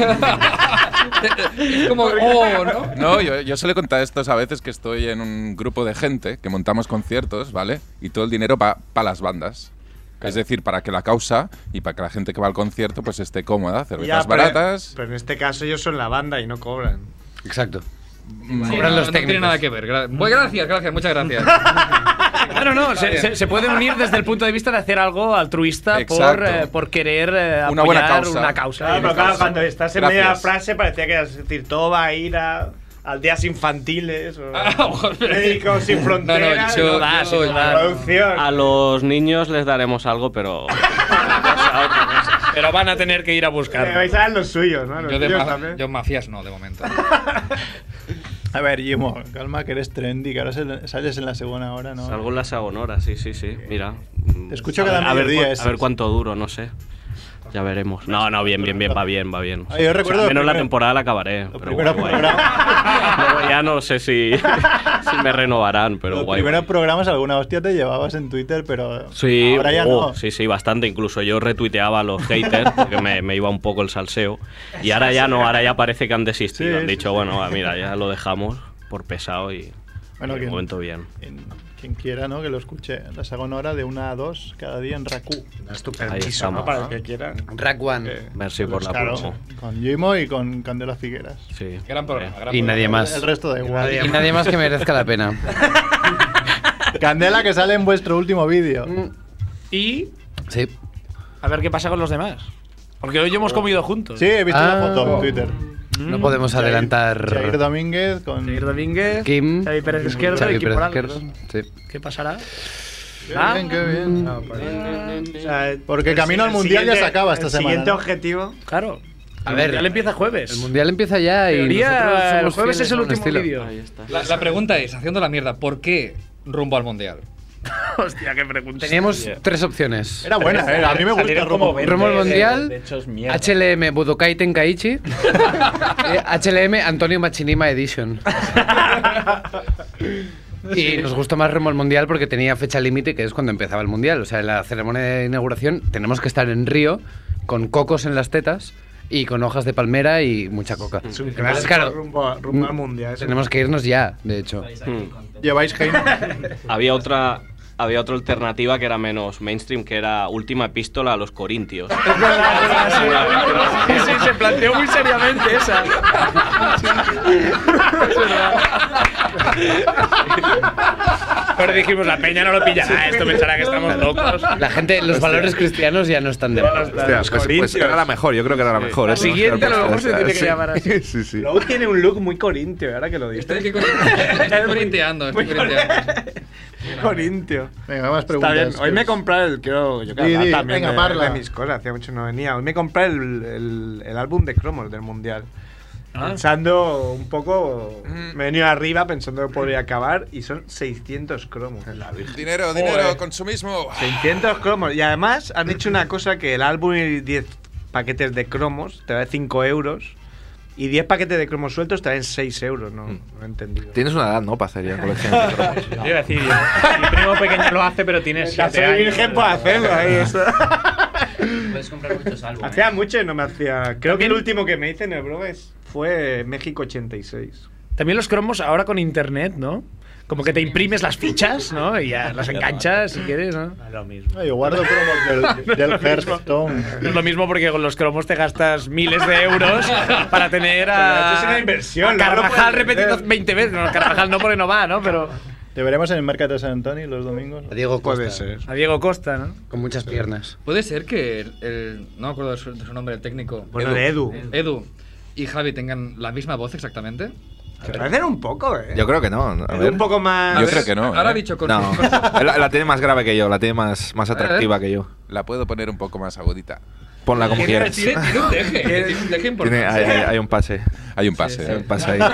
Es como, oh, ¿no? No, yo, yo se le contar esto a veces que estoy en un grupo de gente que montamos conciertos, ¿vale? Y todo el dinero va para las bandas. Es decir, para que la causa y para que la gente que va al concierto pues esté cómoda, cervezas Ya, pero- baratas. Pero en este caso ellos son la banda y no cobran. Exacto. Mm, Sí, Cobran no, los no tiene técnicos. nada que ver. Gra- Pues gracias, gracias, muchas gracias. Claro, no, se, se- se puede unir desde el punto de vista de hacer algo altruista por, Exacto. eh, por querer eh, apoyar Una buena causa. una causa. Claro, pero claro, cuando estás en Gracias. media frase parecía que ibas a decir todo va a ir a aldeas infantiles o Ah, joder. médicos sin fronteras. yo- no das, yo- no das. Producción. A los niños les daremos algo, pero. Pero van a tener que ir a Eh, buscar. vais a dar los suyos, ¿no? Los Yo, de tuyos ma- también. yo mafias no, de momento. A ver, Jimo, calma que eres trendy, que ahora se- sales en la segunda hora, ¿no? Salgo en la sagonora, sí, sí, sí. Mira. Te escucho a cada ver, a ver, mediodía cu- ese. a ver cuánto duro, no sé. Ya veremos. No, no, bien, bien, bien, va bien, va bien. Ah, yo recuerdo al menos lo la primero- temporada la acabaré. Pero primero guay, guay. Luego ya no sé si, si me renovarán, pero Los guay. primeros guay. programas alguna hostia te llevabas en Twitter, pero Sí, ahora ya oh, no. sí, sí, bastante. Incluso yo retuiteaba a los haters porque me, me iba un poco el salseo. Y ahora ya no, ahora ya parece que han desistido. Sí, han sí, dicho, sí. bueno, va, mira, ya lo dejamos por pesado y Bueno, de quien- momento bien. quien, quien quiera, ¿no? Que lo escuche. La Sagonora de una a dos cada día en Raku. Das tu Ahí permiso, estamos. ¿no? Para el que quiera. Rack One. Eh, Merci por la claro, promo. con Jimo y con Candela Figueras. Sí. Gran programa, gran Y programa. nadie más. El resto da igual. Y nadie más que merezca la pena. Candela, que sale en vuestro último vídeo. Y Sí. a ver qué pasa con los demás. Porque hoy hemos comido juntos. Sí, he visto Ah. la foto en Twitter. No podemos Jair- adelantar. Jair Domínguez con... Jair Domínguez, Kim. Xavi Pérez Izquierdo Xavi y Kim Pérez Morales. Izquierdo, sí. ¿Qué pasará? Qué Ah. bien, qué bien. No, pues, o sea, Porque el- camino al el Mundial ya siguiente- se acaba esta el semana, siguiente ¿no? objetivo. Claro. A El ver, Mundial empieza jueves. El mundial empieza ya y Teoría, nosotros el somos jueves fieles es el a un último estilo. vídeo. Ahí está. La, la pregunta es, haciendo la mierda, ¿por qué rumbo al mundial? Hostia, qué pregunta. Teníamos tres opciones. Era buena, eh, a mí me gusta Salieron Rumbo. como veinte Rumbo al de- Mundial, de hechos mierda. H L M Budokai Tenkaichi, eh, H L M Antonio Machinima Edition. Y nos gustó más Rumbo al Mundial porque tenía fecha límite, que es cuando empezaba el Mundial. O sea, en la ceremonia de inauguración tenemos que estar en Río con cocos en las tetas y con hojas de palmera y mucha coca. Es un Entonces, clásico claro, rumbo, rumbo al mundial. tenemos que irnos ya, de hecho. Hmm. Lleváis Heine. Había otra. Había otra alternativa que era menos mainstream, que era Última Epístola a los Corintios. Es verdad, es verdad, sí. Sí, sí, se planteó muy seriamente esa. Es verdad. Pero dijimos, la peña no lo pillará, esto pensará que estamos locos. La gente, los valores cristianos ya no están de moda. Hostia, pues, pues era la mejor, yo creo que era la mejor. La Eso, siguiente a lo mejor se esta, tiene que sí. llamar así. Sí, sí. Lowe tiene un look muy corintio, ahora que lo dices. Estoy, que- estoy corinteando, estoy corinteando. corintio. Venga, más Está preguntas. bien. Hoy me he comprado el. Quiero, yo quiero Di, hablar di, también venga, de, parla. de mis cosas. Hacía mucho no venía. Hoy me he comprado el, el, el álbum de cromos del mundial. Ah. Pensando un poco. Me he venido arriba pensando que podría acabar. Y son seiscientos cromos. Dinero, Joder. dinero, consumismo. seiscientos cromos. Y además han hecho una cosa que el álbum y diez paquetes de cromos te da cinco euros. Y diez paquetes de cromos sueltos te dan seis euros. No, no he entendido. Tienes una edad, ¿no? Para hacer ya colección de cromos. Te iba a decir, yo, mi primo pequeño lo hace, pero tiene siete Soy años. virgen por hacerlo ahí. Eso. Puedes comprar muchos álbumes. Hacía mucho y no me hacía. Creo que el último que me hice en el Brogues fue México ochenta y seis. También los cromos ahora con internet, ¿no? Como que te imprimes las fichas, ¿no? Y ya las enganchas si quieres, ¿no? Lo mismo. Yo guardo cromos del, del Hearthstone. No es lo mismo porque con los cromos te gastas miles de euros para tener a. Es una inversión. A no lo Carvajal puedes repetido vender. veinte veces. No, Carvajal no porque no va, ¿no? Pero. ¿Te veremos en el Mercado de San Antonio los domingos? A Diego Costa. Puede ser. A Diego Costa, ¿no? Con muchas piernas. Puede ser que el, el- no me acuerdo de su, de su nombre, el técnico. Bueno, de Edu. Edu y Javi tengan la misma voz exactamente. Se parecen un poco, ¿eh? Yo creo que no. A Edu ver. un poco más. Yo creo que no. Ahora ¿eh? ha dicho con. No, con- la, la tiene más grave que yo, la tiene más, más atractiva que yo. La puedo poner un poco más agudita. Ponla como tiene, quieras. tiene, tiene un deje. Tiene un deje importante. Tiene, hay, hay- hay un pase. Hay un pase. Hay ¿eh? un pase ahí.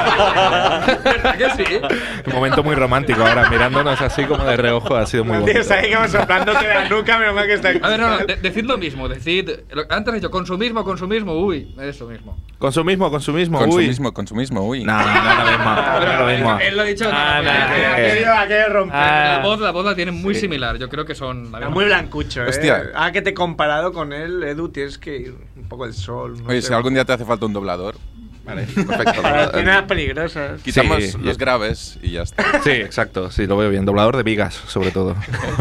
¿Verdad que sí? Un momento muy romántico ahora, mirándonos así como de reojo, ha sido muy bonito. Tienes ahí como soplándote la nuca, menos mal que está aquí. A ver, no, no, de- decid lo mismo. Decid. lo- Antes he dicho consumismo, consumismo. Uy, eso mismo. Consumismo, consumismo, uy. Consumismo, consumismo, uy. No, no, no es lo mismo. No es lo mismo. Él lo ha dicho. Ah, no, nah, que- Ha eh. querido, ha querido romper. La voz, la voz la tienen muy similar. Yo creo que son. la Está misma. muy blancucho, ¿eh? Hostia. Ah, que te he comparado con él, Edu, tienes que ir un poco el sol. No Oye, sé. si algún día te hace falta un doblador. Vale, perfecto. Para escenas peligrosas. Quitamos Sí, los y- graves y ya está. Sí, exacto, sí, lo veo bien. Doblador de vigas, sobre todo.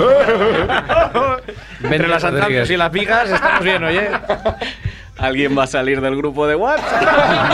Entre las antrancias y las vigas estamos bien, oye. Alguien va a salir del grupo de WhatsApp.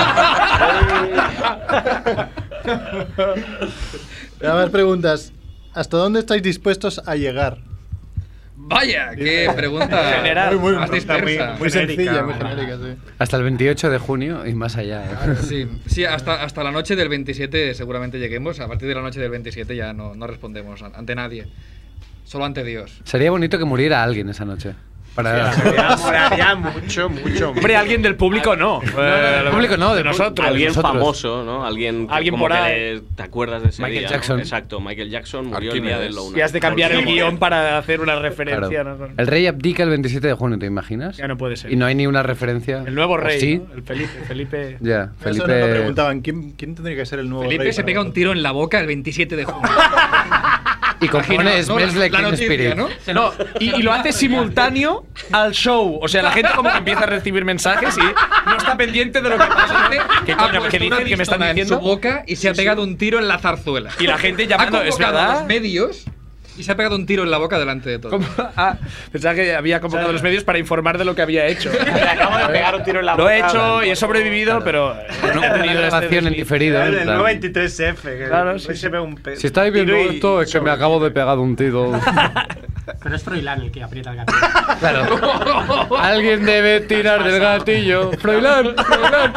Nada más preguntas. ¿Hasta dónde estáis dispuestos a llegar? Vaya, qué pregunta General. Muy, muy, más muy, dispersa. muy sencilla, muy genérica. genérica, sí. Hasta el veintiocho de junio y más allá. ¿eh? Sí, sí hasta, hasta la noche del veintisiete seguramente lleguemos. A partir de la noche del veintisiete ya no, no respondemos an- ante nadie. Solo ante Dios. Sería bonito que muriera alguien esa noche. Para... Molaría, molaría mucho, mucho. Hombre, alguien del público no. Eh, del público no, de del nosotros. Alguien nosotros. famoso, ¿no? Alguien, que Alguien como por que ahí. le- te acuerdas de ese Michael día, ¿no? Jackson. Exacto, Michael Jackson murió el día Arquímedes. del Low Y has de cambiar el Volvemos. guión para hacer una referencia, Claro. ¿no? El rey abdica el veintisiete de junio, ¿te imaginas? Ya no puede ser. Y no hay ni una referencia. El nuevo ¿O rey, sí? ¿no? El Felipe. Felipe. Ya, Eso nos lo Felipe. preguntaban. ¿Quién, quién tendría que ser el nuevo Felipe rey se para pega un vosotros? tiro en la boca el veintisiete de junio. Y compone Imaginaos, ¿no? Smells Like La Teen noticia, Spirit. ¿no? No, y, y lo hace simultáneo al show. O sea, la gente como que empieza a recibir mensajes y no está pendiente de lo que pasa. ¿Qué Ha coño? puesto ¿Qué una dicen? ¿Qué me están pistola en diciendo? su boca y se ha pegado un tiro en la zarzuela. Y la gente Ha llamando, ¿es convocado a verdad? los medios y se ha pegado un tiro en la boca delante de todos. ¿Cómo? Ah, pensaba que había convocado a los medios para informar de lo que había hecho. Me acabo de pegar un tiro en la Lo he boca. hecho y he sobrevivido, pero no he tenido este Grabación en desliz. diferido. en El plan. nuevo veintitrés F. Que Claro, sí, hoy sí. se ve un pe- Si estáis viendo tiro y- esto, es que me acabo de pegar un tiro. Pero es Froilán el que aprieta el gatillo. Claro. Alguien debe tirar del gatillo. Froilán, Froilán.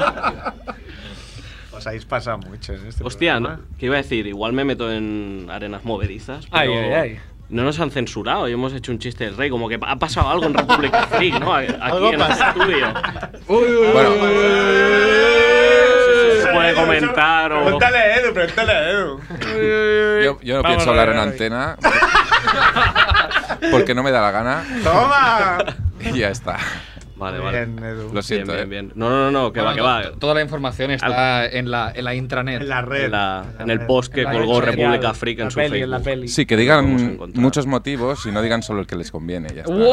Os habéis pasado mucho en este Hostia, programa. ¿no? ¿Qué iba a decir? Igual me meto en arenas movedizas. Ay, pero ay, ay. No nos han censurado y hemos hecho un chiste del rey. Como que ha pasado algo en República Freak, ¿no? Aquí Algo en este pasa. estudio. Bueno, Se puede comentar o. Pregúntale a Edu, pregúntale a Edu. yo, yo no Vamos pienso a hablar ver, en a ver. antena porque no me da la gana ¡Toma! y ya está. Vale, vale. Bien, Edu. Lo siento, bien, eh. bien, bien. No, no, no, no, que va, que va. Toda la información está en la, en la intranet. En la red. En, la- en el post que En la colgó red social. República Freak en La su peli, Facebook. en la peli. Sí, que Lo vamos a digan encontrar. muchos motivos y no digan solo el que les conviene. Ya está. ¡Wow!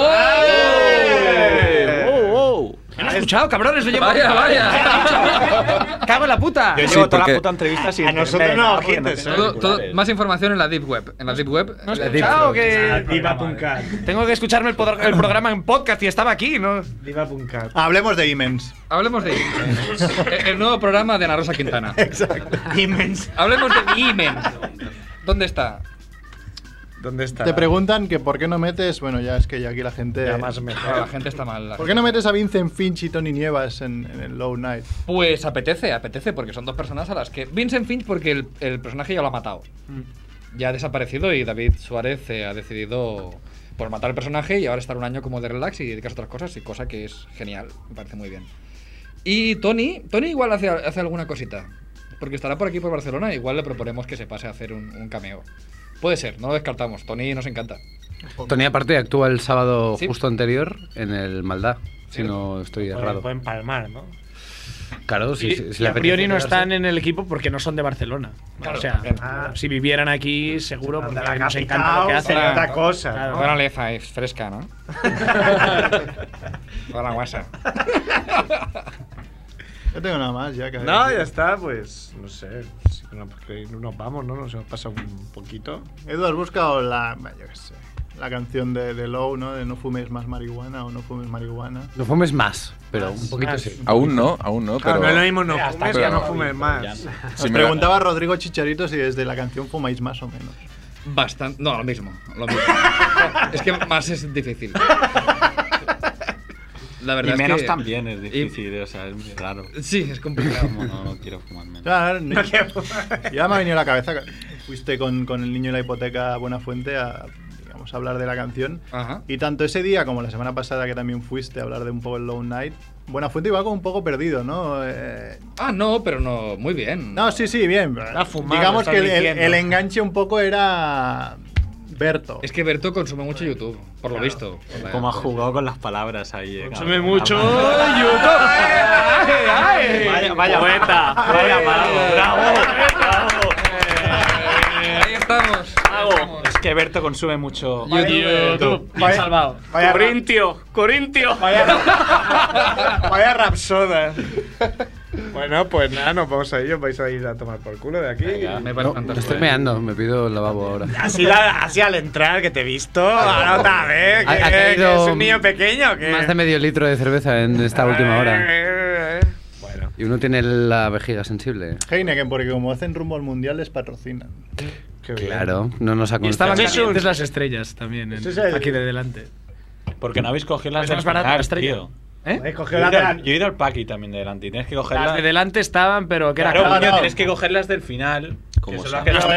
¡Wow! ¿Me han escuchado, cabrones? Lo llevo. Vaya, vaya. ¡Cago en la puta! Yo Sí, llevo toda porque- la puta entrevista sin. A nosotros no agites, ¿eh? Todo- todo- más información en la Deep Web. En la Deep Web. ¿No has la escuchado que Diva punto cat. tengo que escucharme el, pod- el programa en podcast y estaba aquí, ¿no? Diva punto cat. Hablemos de Imens. Hablemos de Imens. El- El nuevo programa de Ana Rosa Quintana. Exacto. Imens. Hablemos de Imens. ¿Dónde está? ¿Dónde está? Te preguntan que por qué no metes. Bueno, ya es que ya aquí la gente. Ya más mejor. La gente está mal. la ¿Por qué no metes a Vincent Finch y Tony Nievas en, en el Low Night? Pues apetece, apetece, porque son dos personas a las que. Vincent Finch, porque el, el personaje ya lo ha matado. ya ha desaparecido y David Suárez eh, ha decidido por matar al personaje y ahora estar un año como de relax y dedicarse a otras cosas, y cosa que es genial, me parece muy bien. Y Tony, Tony igual hace, hace alguna cosita, porque estará por aquí por Barcelona, igual le proponemos que se pase a hacer un, un cameo. Puede ser, no lo descartamos, Tony nos encanta. Tony aparte actúa el sábado Sí. justo anterior en el Maldá, si no estoy errado. Pueden palmar, ¿no? Claro, si, Y, si, si y le a priori apetece no quedarse. están en el equipo porque no son de Barcelona. Claro, o sea, también. ah, si vivieran aquí, seguro, porque la nos capital, encanta lo que hacen. será otra cosa, Claro. ¿no? Buena leza, es fresca, ¿no? Buena guasa. No tengo nada más ya que No, ya está, pues no sé. Sí, no, porque nos vamos, ¿no? Nos hemos pasado un poquito. Edu, has buscado la, yo qué sé, la canción de, de Low, ¿no? De no fumes más marihuana o no fumes marihuana. No fumes más, pero un poquito más. sí. Aún no, aún no, Claro, pero... no es lo mismo no Hasta fumes que que no no. fumes más. Si Os me- preguntaba Rodrigo Chicharito si desde la canción fumáis más o menos. Bastante. No, lo mismo. Lo mismo. Es que más es difícil. La verdad Y es menos que- también es difícil, o sea, es muy raro. Sí, es complicado. Como no, no quiero fumar menos. Claro, no- ya me ha venido a la cabeza que fuiste con, con el niño y la hipoteca a Buenafuente a, digamos, a hablar de la canción. Ajá. Y tanto ese día como la semana pasada que también fuiste a hablar de un poco el Low Night, Buenafuente iba como un poco perdido, ¿no? Eh, Ah, no, pero no, muy bien. no, sí, sí, bien. fumado, Digamos estás que el, el- diciendo. el enganche un poco era Berto. Es que Berto consume mucho YouTube, por lo visto. Por la- Como ha jugado con las palabras ahí. eh, Consume cabrón. mucho Ah, YouTube. Vaya, vaya Poeta, mago, vaya eh, mago, bravo, Ahí estamos. mago. Es que Berto consume mucho YouTube. Bien salvado. Vaya, Corintio, Corintio. vaya, vaya rapsoda. Bueno, pues nada, nos vamos a ello. Vais a ir a tomar por culo de aquí. Me parece No, me fantástico. estoy meando, me pido el lavabo ahora. Así, la- así al entrar, que te he visto. Ahora otra vez. Ha- Que, ha que caído es un niño pequeño. Que... Más de medio litro de cerveza en esta última hora. Bueno. Y uno tiene la vejiga sensible. Heineken, porque como hacen rumbo al mundial, les patrocinan. Qué bien. Claro, no nos Y estaban aconsejan. calientes las estrellas también, en- Ese es el- aquí de delante. Porque no habéis cogido las Es del más barato final, la estrella. tío. ¿Eh? He cogido Yo he la ido de al- la- yo he ido al paqui también de delante y tienes que Las cogerlas. de delante estaban, pero que era Claro, caro. coño, no. tienes que cogerlas del final. Como que son sea. las que las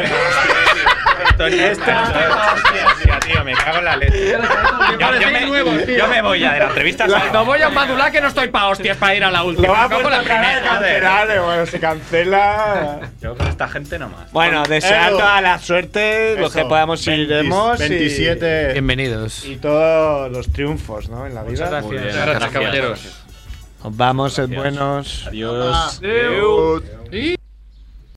Hostia, tío, me cago en la leche. Yo, yo me, yo me voy ya de la entrevista. ¿sabes? No voy a un Madulá que no estoy pa' hostias para ir a la última. Lo va a Cojo la poner cara de primera. cancelar, eh, bueno, se cancela. Yo con esta gente nomás. Bueno, desear Edu. toda la suerte, los Eso, que podamos iremos. y- veintisiete. Bienvenidos. Y, todos los triunfos, ¿no? En la vida. Muchas gracias. Muy bien, Muchas gracias, caballeros. Nos vamos, sed Gracias. buenos. Adiós. Adeu. Y-